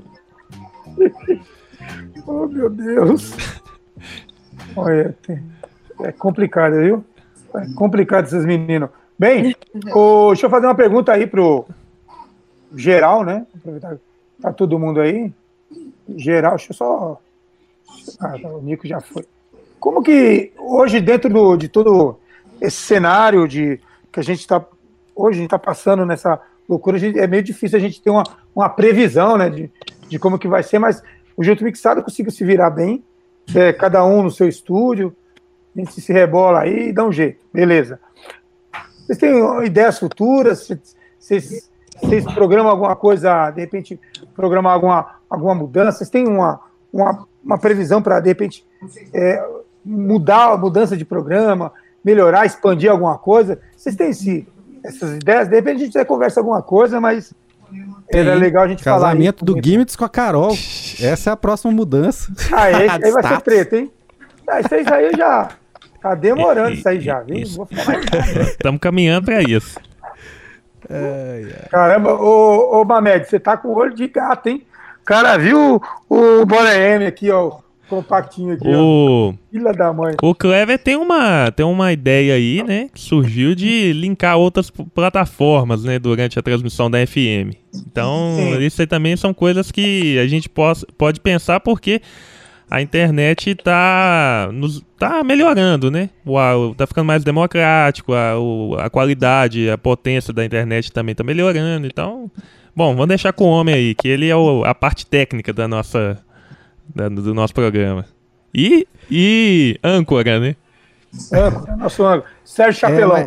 [SPEAKER 2] Oh, meu Deus. Olha, é complicado, viu? É complicado esses meninos. Bem, deixa eu fazer uma pergunta aí pro geral, né? Aproveitar que tá todo mundo aí. Geral, deixa eu só... Ah, o Nico já foi. Como que hoje, dentro de todo esse cenário que a gente está... Hoje a gente está passando nessa loucura, é meio difícil a gente ter uma previsão, né? De como que vai ser, mas o Junto Mixado conseguiu se virar bem. Cada um no seu estúdio. A gente se rebola aí e dá um jeito. Beleza. Vocês têm ideias futuras? Vocês programam alguma coisa, de repente, programar alguma mudança? Vocês têm uma previsão para, de repente, mudar a mudança de programa, melhorar, expandir alguma coisa? Vocês têm essas ideias? De repente a gente conversa alguma coisa, mas era legal a gente falar.
[SPEAKER 1] Casamento do Gimmicks com a Carol. Essa é a próxima mudança.
[SPEAKER 2] Esse aí vai ser treta, hein? Isso aí já... Tá demorando isso aí já, viu? Não vou falar mais nada.
[SPEAKER 3] Estamos caminhando pra isso.
[SPEAKER 2] Caramba, ô Mamed, você tá com olho de gato, hein? Cara, viu o Bora M aqui, ó, compactinho aqui, ó. Filha da mãe.
[SPEAKER 3] O Clever tem uma ideia aí, né, que surgiu de linkar outras plataformas, né, durante a transmissão da FM. Então, isso aí também são coisas que a gente pode pensar, porque a internet tá melhorando, né? Tá ficando mais democrático, a qualidade, a potência da internet também tá melhorando. Então, bom, vamos deixar com o homem aí, que ele é a parte técnica do nosso programa. E âncora, né?
[SPEAKER 2] Âncora, nosso âncora. Sérgio Chapelão.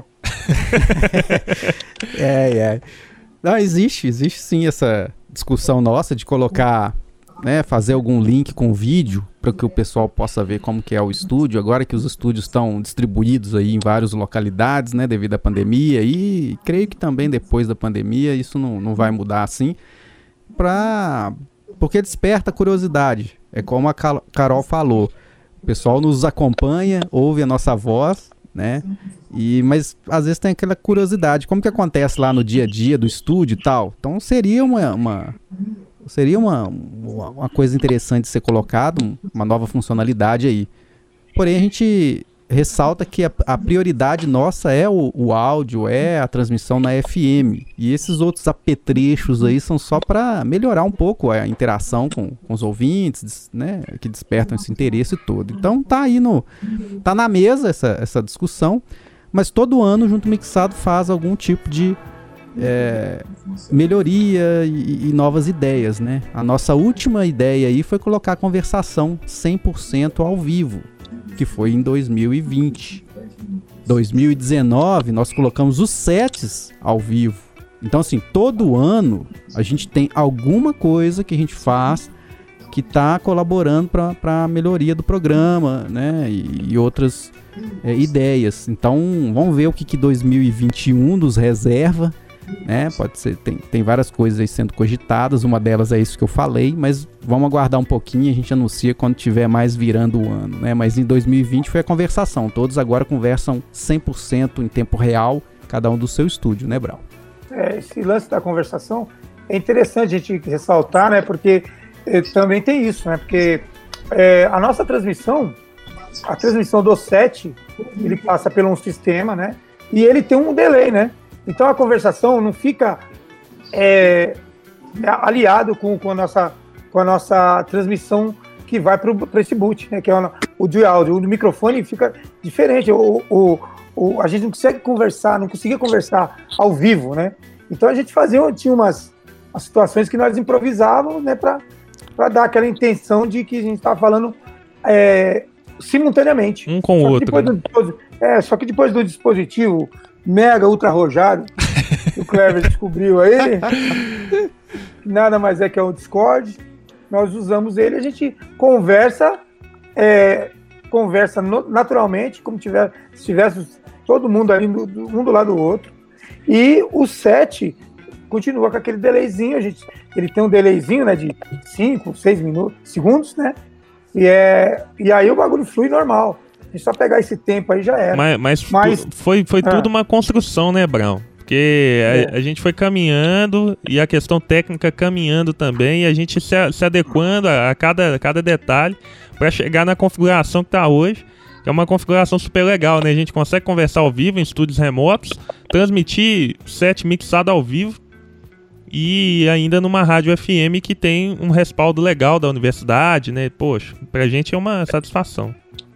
[SPEAKER 1] Não, existe sim essa discussão nossa de colocar, né, fazer algum link com vídeo para que o pessoal possa ver como que é o estúdio, agora que os estúdios estão distribuídos aí em várias localidades, né, devido à pandemia, e creio que também depois da pandemia isso não vai mudar assim, porque desperta a curiosidade. É como a Carol falou, o pessoal nos acompanha, ouve a nossa voz, né, mas às vezes tem aquela curiosidade, como que acontece lá no dia a dia do estúdio e tal. Então seria uma coisa interessante de ser colocado, uma nova funcionalidade aí. Porém, a gente ressalta que a prioridade nossa é o áudio, é a transmissão na FM. E esses outros apetrechos aí são só para melhorar um pouco a interação com os ouvintes, né, que despertam esse interesse todo. Então tá aí tá na mesa essa discussão, mas todo ano o Junto Mixado faz algum tipo de melhoria e novas ideias, né? A nossa última ideia aí foi colocar a conversação 100% ao vivo, que foi em 2020. 2019 nós colocamos os sets ao vivo. Então assim, todo ano a gente tem alguma coisa que a gente faz que está colaborando para a melhoria do programa, né? E outras ideias. Então vamos ver o que 2021 nos reserva, né? Pode ser, tem várias coisas aí sendo cogitadas, uma delas é isso que eu falei, mas vamos aguardar um pouquinho, a gente anuncia quando tiver mais virando o ano, né? Mas em 2020 foi a conversação, todos agora conversam 100% em tempo real, cada um do seu estúdio, né, Brau?
[SPEAKER 2] Esse lance da conversação é interessante a gente ressaltar, né? Porque também tem isso, né? Porque a nossa transmissão, a transmissão do set, ele passa por um sistema, né? E ele tem um delay, né? Então a conversação não fica aliado com a nossa transmissão que vai para esse boot, né? Que é o de áudio. O do microfone fica diferente. A gente não conseguia conversar ao vivo, né? Então a gente tinha umas situações que nós improvisávamos, né? Para dar aquela intenção de que a gente estava falando simultaneamente.
[SPEAKER 3] Um com o outro.
[SPEAKER 2] Só que depois do dispositivo mega ultra arrojado que o Clever descobriu aí, nada mais é que o Discord, nós usamos ele, a gente conversa naturalmente, como se tivesse todo mundo ali um do lado do outro, e o set continua com aquele delayzinho, ele tem um delayzinho, né, de 5, 6 segundos, né, e aí o bagulho flui normal. A gente só pegar esse tempo aí já era.
[SPEAKER 3] Mas foi tudo uma construção, né, Brau? Porque a gente foi caminhando e a questão técnica caminhando também, e a gente se adequando a cada detalhe para chegar na configuração que está hoje, que é uma configuração super legal, né? A gente consegue conversar ao vivo em estúdios remotos, transmitir set mixado ao vivo e ainda numa rádio FM que tem um respaldo legal da universidade, né? Poxa, pra gente é uma satisfação.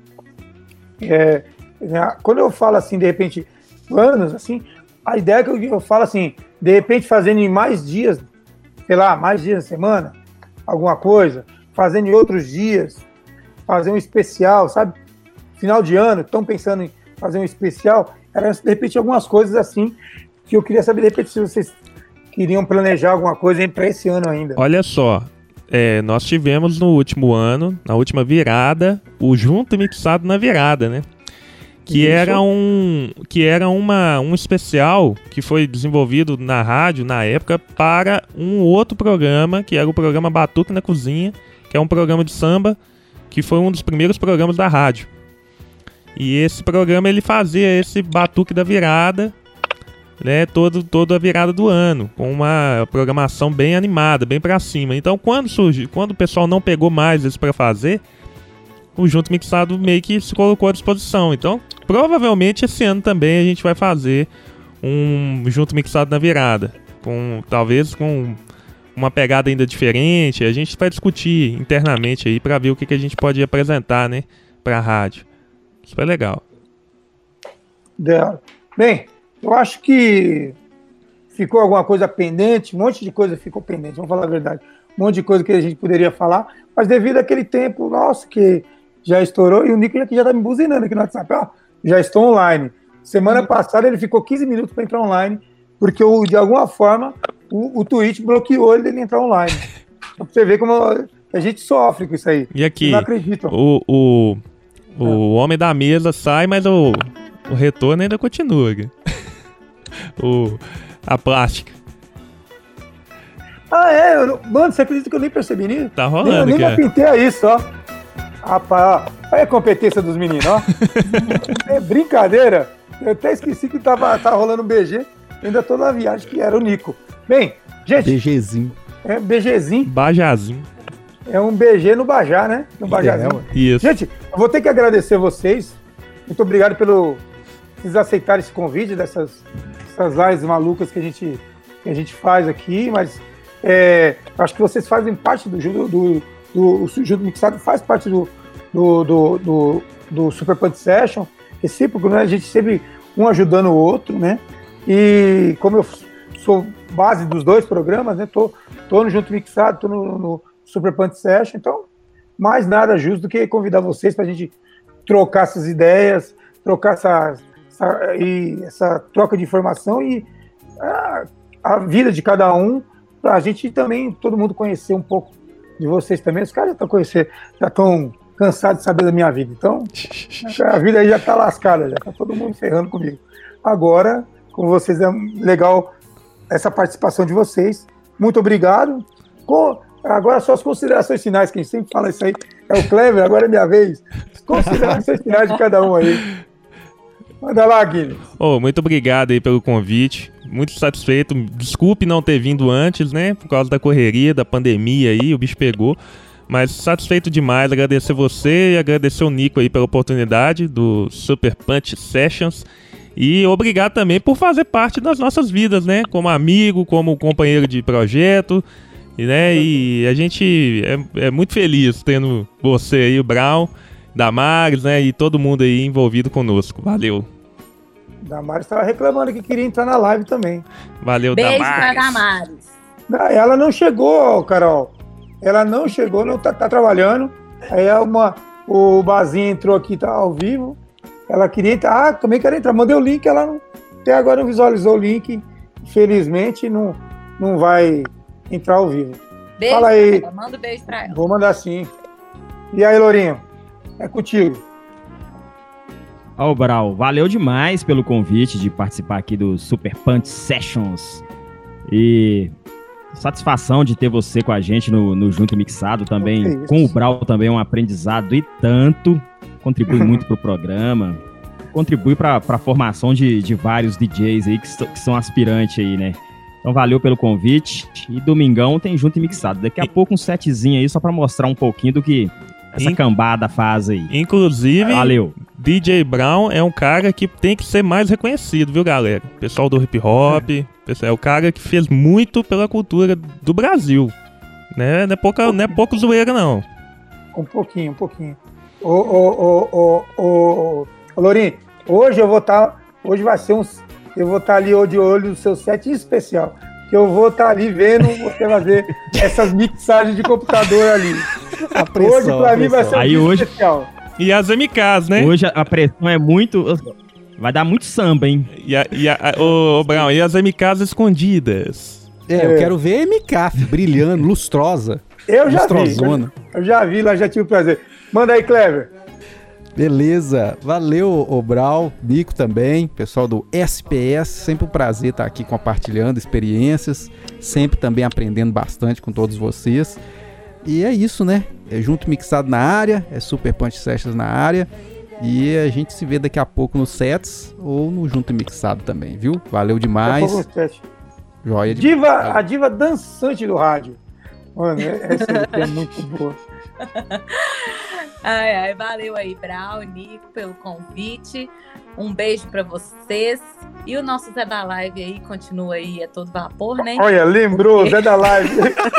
[SPEAKER 2] Quando eu falo assim, de repente, planos, assim, a ideia é que eu falo assim, de repente fazendo em mais dias, sei lá, mais dias na semana, alguma coisa, fazendo em outros dias, fazer um especial, sabe? Final de ano, estão pensando em fazer um especial, era de repente algumas coisas assim, que eu queria saber, de repente, se vocês queriam planejar alguma coisa para esse ano ainda.
[SPEAKER 3] Olha só, nós tivemos no último ano, na última virada, o Junto e Mixado na Virada, né? Que era um especial que foi desenvolvido na rádio, na época, para um outro programa, que era o programa Batuque na Cozinha, que é um programa de samba, que foi um dos primeiros programas da rádio. E esse programa, ele fazia esse Batuque da Virada, né, toda a virada do ano, com uma programação bem animada, bem pra cima. Então, quando o pessoal não pegou mais isso pra fazer, o Junto Mixado meio que se colocou à disposição. Então, provavelmente esse ano também a gente vai fazer um Junto Mixado na Virada, talvez com uma pegada ainda diferente. A gente vai discutir internamente aí pra ver o que a gente pode apresentar, né, pra rádio. Isso é legal.
[SPEAKER 2] Bem, eu acho que ficou alguma coisa pendente, um monte de coisa ficou pendente, vamos falar a verdade. Um monte de coisa que a gente poderia falar, mas devido àquele tempo nosso que já estourou, e o Nico já tá me buzinando aqui no WhatsApp, já estou online. Semana passada ele ficou 15 minutos para entrar online, porque de alguma forma o Twitch bloqueou ele dele entrar online. Pra você ver como a gente sofre com isso aí.
[SPEAKER 3] E aqui,
[SPEAKER 2] não acreditam.
[SPEAKER 3] O homem da mesa sai, mas o retorno ainda continua. A plástica.
[SPEAKER 2] Mano, você acredita que eu nem percebi nisso?
[SPEAKER 3] Tá rolando,
[SPEAKER 2] eu nem me pintei a isso, ó. Rapaz, ó. Olha a competência dos meninos, ó. É brincadeira. Eu até esqueci que tava rolando um BG. Ainda tô na viagem que era o Nico. Bem, gente.
[SPEAKER 1] BGzinho.
[SPEAKER 2] BGzinho.
[SPEAKER 3] Bajazinho.
[SPEAKER 2] É um BG no Bajá, né? No Bajazinho.
[SPEAKER 3] Isso.
[SPEAKER 2] Gente, eu vou ter que agradecer vocês. Muito obrigado vocês aceitarem esse convite dessas lives malucas que a gente faz aqui, mas acho que vocês fazem parte do Junto Mixado, faz parte do Super Punch Session, recíproco, né? A gente sempre um ajudando o outro, né? E como eu sou base dos dois programas, né? Tô no Junto Mixado, tô no Super Punch Session, então mais nada justo do que convidar vocês para a gente trocar essas ideias, trocar essa troca de informação e a vida de cada um, para a gente também, todo mundo conhecer um pouco de vocês também. Os caras já estão cansados de saber da minha vida, então a vida aí já está lascada, já está todo mundo ferrando comigo. Agora, com vocês, é legal essa participação de vocês. Muito obrigado. Agora só as considerações finais, quem sempre fala isso aí é o Clever, agora é minha vez. As considerações finais de cada um aí. Manda lá, Guilherme.
[SPEAKER 3] Muito obrigado aí pelo convite. Muito satisfeito. Desculpe não ter vindo antes, né? Por causa da correria, da pandemia aí, o bicho pegou. Mas satisfeito demais. Agradecer você e agradecer o Nico aí pela oportunidade do Super Punch Sessions. E obrigado também por fazer parte das nossas vidas, né? Como amigo, como companheiro de projeto. E a gente é muito feliz tendo você aí, o Brown, Damares, né? E todo mundo aí envolvido conosco. Valeu.
[SPEAKER 2] Damares estava reclamando que queria entrar na live também.
[SPEAKER 3] Valeu,
[SPEAKER 6] Beijo
[SPEAKER 3] Damares.
[SPEAKER 6] pra Damares.
[SPEAKER 2] Ela não chegou, Carol. Ela não chegou, não tá trabalhando. Aí o Bazinho entrou aqui, tá ao vivo. Ela queria entrar. Também quero entrar. Mandei o link, ela até agora não visualizou o link. Infelizmente, não vai entrar ao vivo.
[SPEAKER 6] Beijo.
[SPEAKER 2] Fala aí.
[SPEAKER 6] Ela. Manda um beijo pra ela.
[SPEAKER 2] Vou mandar sim. E aí, Lourinho? É contigo.
[SPEAKER 5] Brau, valeu demais pelo convite de participar aqui do Super Punch Sessions. E satisfação de ter você com a gente no Junto Mixado também. Com o Brau também é um aprendizado e tanto. Contribui muito pro programa. Contribui pra formação de vários DJs aí que são aspirantes aí, né? Então valeu pelo convite. E domingão tem Junto e Mixado. Daqui a pouco um setzinho aí só pra mostrar um pouquinho do que essa cambada faz aí.
[SPEAKER 3] Inclusive,
[SPEAKER 5] valeu.
[SPEAKER 3] DJ Brown é um cara que tem que ser mais reconhecido, viu, galera? Pessoal do hip hop, é o cara que fez muito pela cultura do Brasil. Né? Não é pouco zoeira, não.
[SPEAKER 2] Um pouquinho. Lourinho, hoje eu vou estar ali de olho no seu set especial. Que eu vou estar ali vendo você fazer essas mixagens de computador ali. Hoje, pra mim, vai ser um dia especial.
[SPEAKER 3] E as MKs, né?
[SPEAKER 5] Hoje a pressão é muito... Vai dar muito samba, hein?
[SPEAKER 3] Brown, e as MKs escondidas?
[SPEAKER 1] Eu quero ver MK brilhando, lustrosa.
[SPEAKER 2] Eu já vi, lá já tive o prazer. Manda aí, Clever.
[SPEAKER 1] Beleza, valeu, Brau, Nico também, pessoal do SPS, sempre um prazer estar aqui compartilhando experiências, sempre também aprendendo bastante com todos vocês. E é isso, né? É Junto Mixado na área, é Super Punch Sessions na área, e a gente se vê daqui a pouco nos sets ou no Junto Mixado também, viu? Valeu demais. Joia de
[SPEAKER 2] a diva dançante do rádio. Mano, essa é muito boa.
[SPEAKER 6] Valeu aí, Brau, Nico, pelo convite. Um beijo pra vocês. E o nosso Zé da Live aí continua aí a todo vapor, né?
[SPEAKER 2] Olha, lembrou, Zé da Live.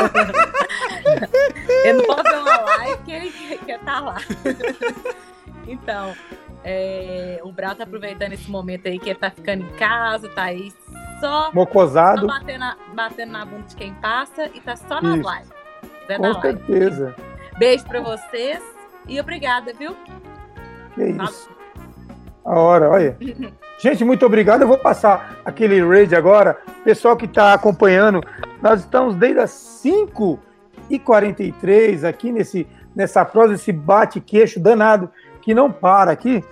[SPEAKER 6] Eu não posso ver uma live que ele quer estar lá. Então, o Brau tá aproveitando esse momento aí que ele tá ficando em casa, tá aí só
[SPEAKER 2] mocosado,
[SPEAKER 6] só batendo na bunda de quem passa e tá só nas lives. Zé
[SPEAKER 2] Com certeza.
[SPEAKER 6] Live. Beijo pra vocês e obrigada, viu?
[SPEAKER 2] Que isso. A hora, olha. Gente, muito obrigado. Eu vou passar aquele raid agora. Pessoal que tá acompanhando, nós estamos desde as 5h43 aqui nessa prosa, esse bate-queixo danado que não para aqui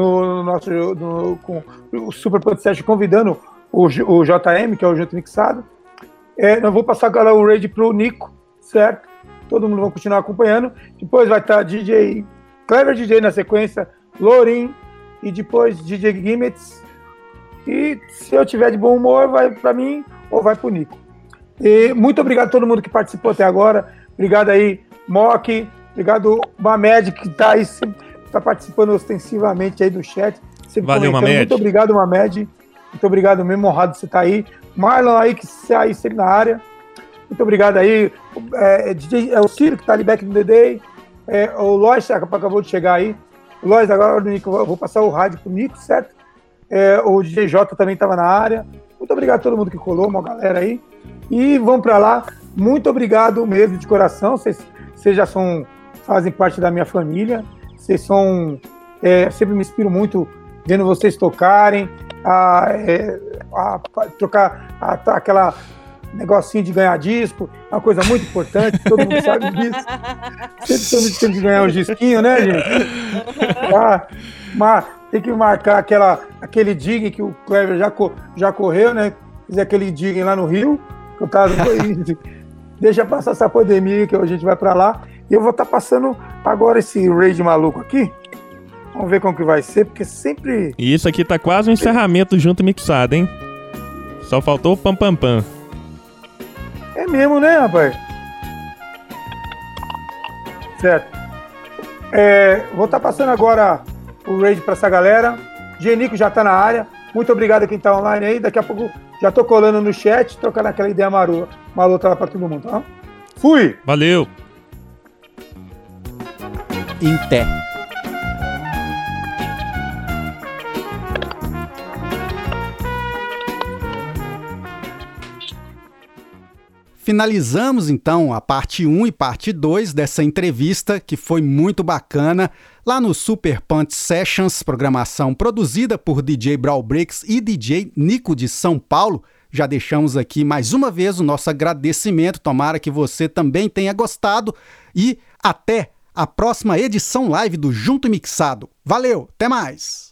[SPEAKER 2] com o Super Punch Session, convidando o JM, que é o Junto Mixado. Eu vou passar agora o raid pro Nico, certo? Todo mundo vai continuar acompanhando. Depois vai estar DJ Clever DJ na sequência, Lourinho, e depois DJ Gimmets. E se eu tiver de bom humor, vai para mim ou vai para o Nico. E muito obrigado a todo mundo que participou até agora. Obrigado aí, Mock. Obrigado, Mamed, que está aí, tá participando ostensivamente aí do chat.
[SPEAKER 3] Valeu, Mamed.
[SPEAKER 2] Muito obrigado, Mamed. Muito obrigado mesmo, honrado de você estar aí. Marlon aí, que está aí sempre na área. Muito obrigado aí. O Ciro, que está ali back no the day. O Lois, que acabou de chegar aí. O Lois, agora eu vou passar o rádio pro Nico, certo? O DJ J também estava na área. Muito obrigado a todo mundo que colou, uma galera aí. E vamos para lá. Muito obrigado mesmo, de coração. Vocês já fazem parte da minha família. Vocês são... sempre me inspiro muito vendo vocês tocarem, a trocar aquela negocinho de ganhar disco. É uma coisa muito importante, todo mundo sabe disso. Sempre temos que ganhar um disquinho, né, gente? Mas tem que marcar aquele digging que o Clever já correu, né? Fizer aquele digging lá no Rio. Deixa passar essa pandemia que a gente vai pra lá. E eu vou estar passando agora esse raid maluco aqui. Vamos ver como que vai ser, porque sempre...
[SPEAKER 3] E isso aqui tá quase um encerramento junto mixado, hein? Só faltou o pam pam pam.
[SPEAKER 2] É mesmo, né, rapaz? Certo. Vou estar passando agora o raid pra essa galera. Genico já tá na área. Muito obrigado a quem tá online aí. Daqui a pouco já tô colando no chat, trocando aquela ideia marota lá pra todo mundo, tá? Fui!
[SPEAKER 3] Valeu!
[SPEAKER 1] Em pé. Finalizamos, então, a parte 1 e parte 2 dessa entrevista, que foi muito bacana, lá no Super Punch Sessions, programação produzida por DJ Brawl Breaks e DJ Nico de São Paulo. Já deixamos aqui mais uma vez o nosso agradecimento, tomara que você também tenha gostado, e até a próxima edição live do Junto Mixado. Valeu, até mais!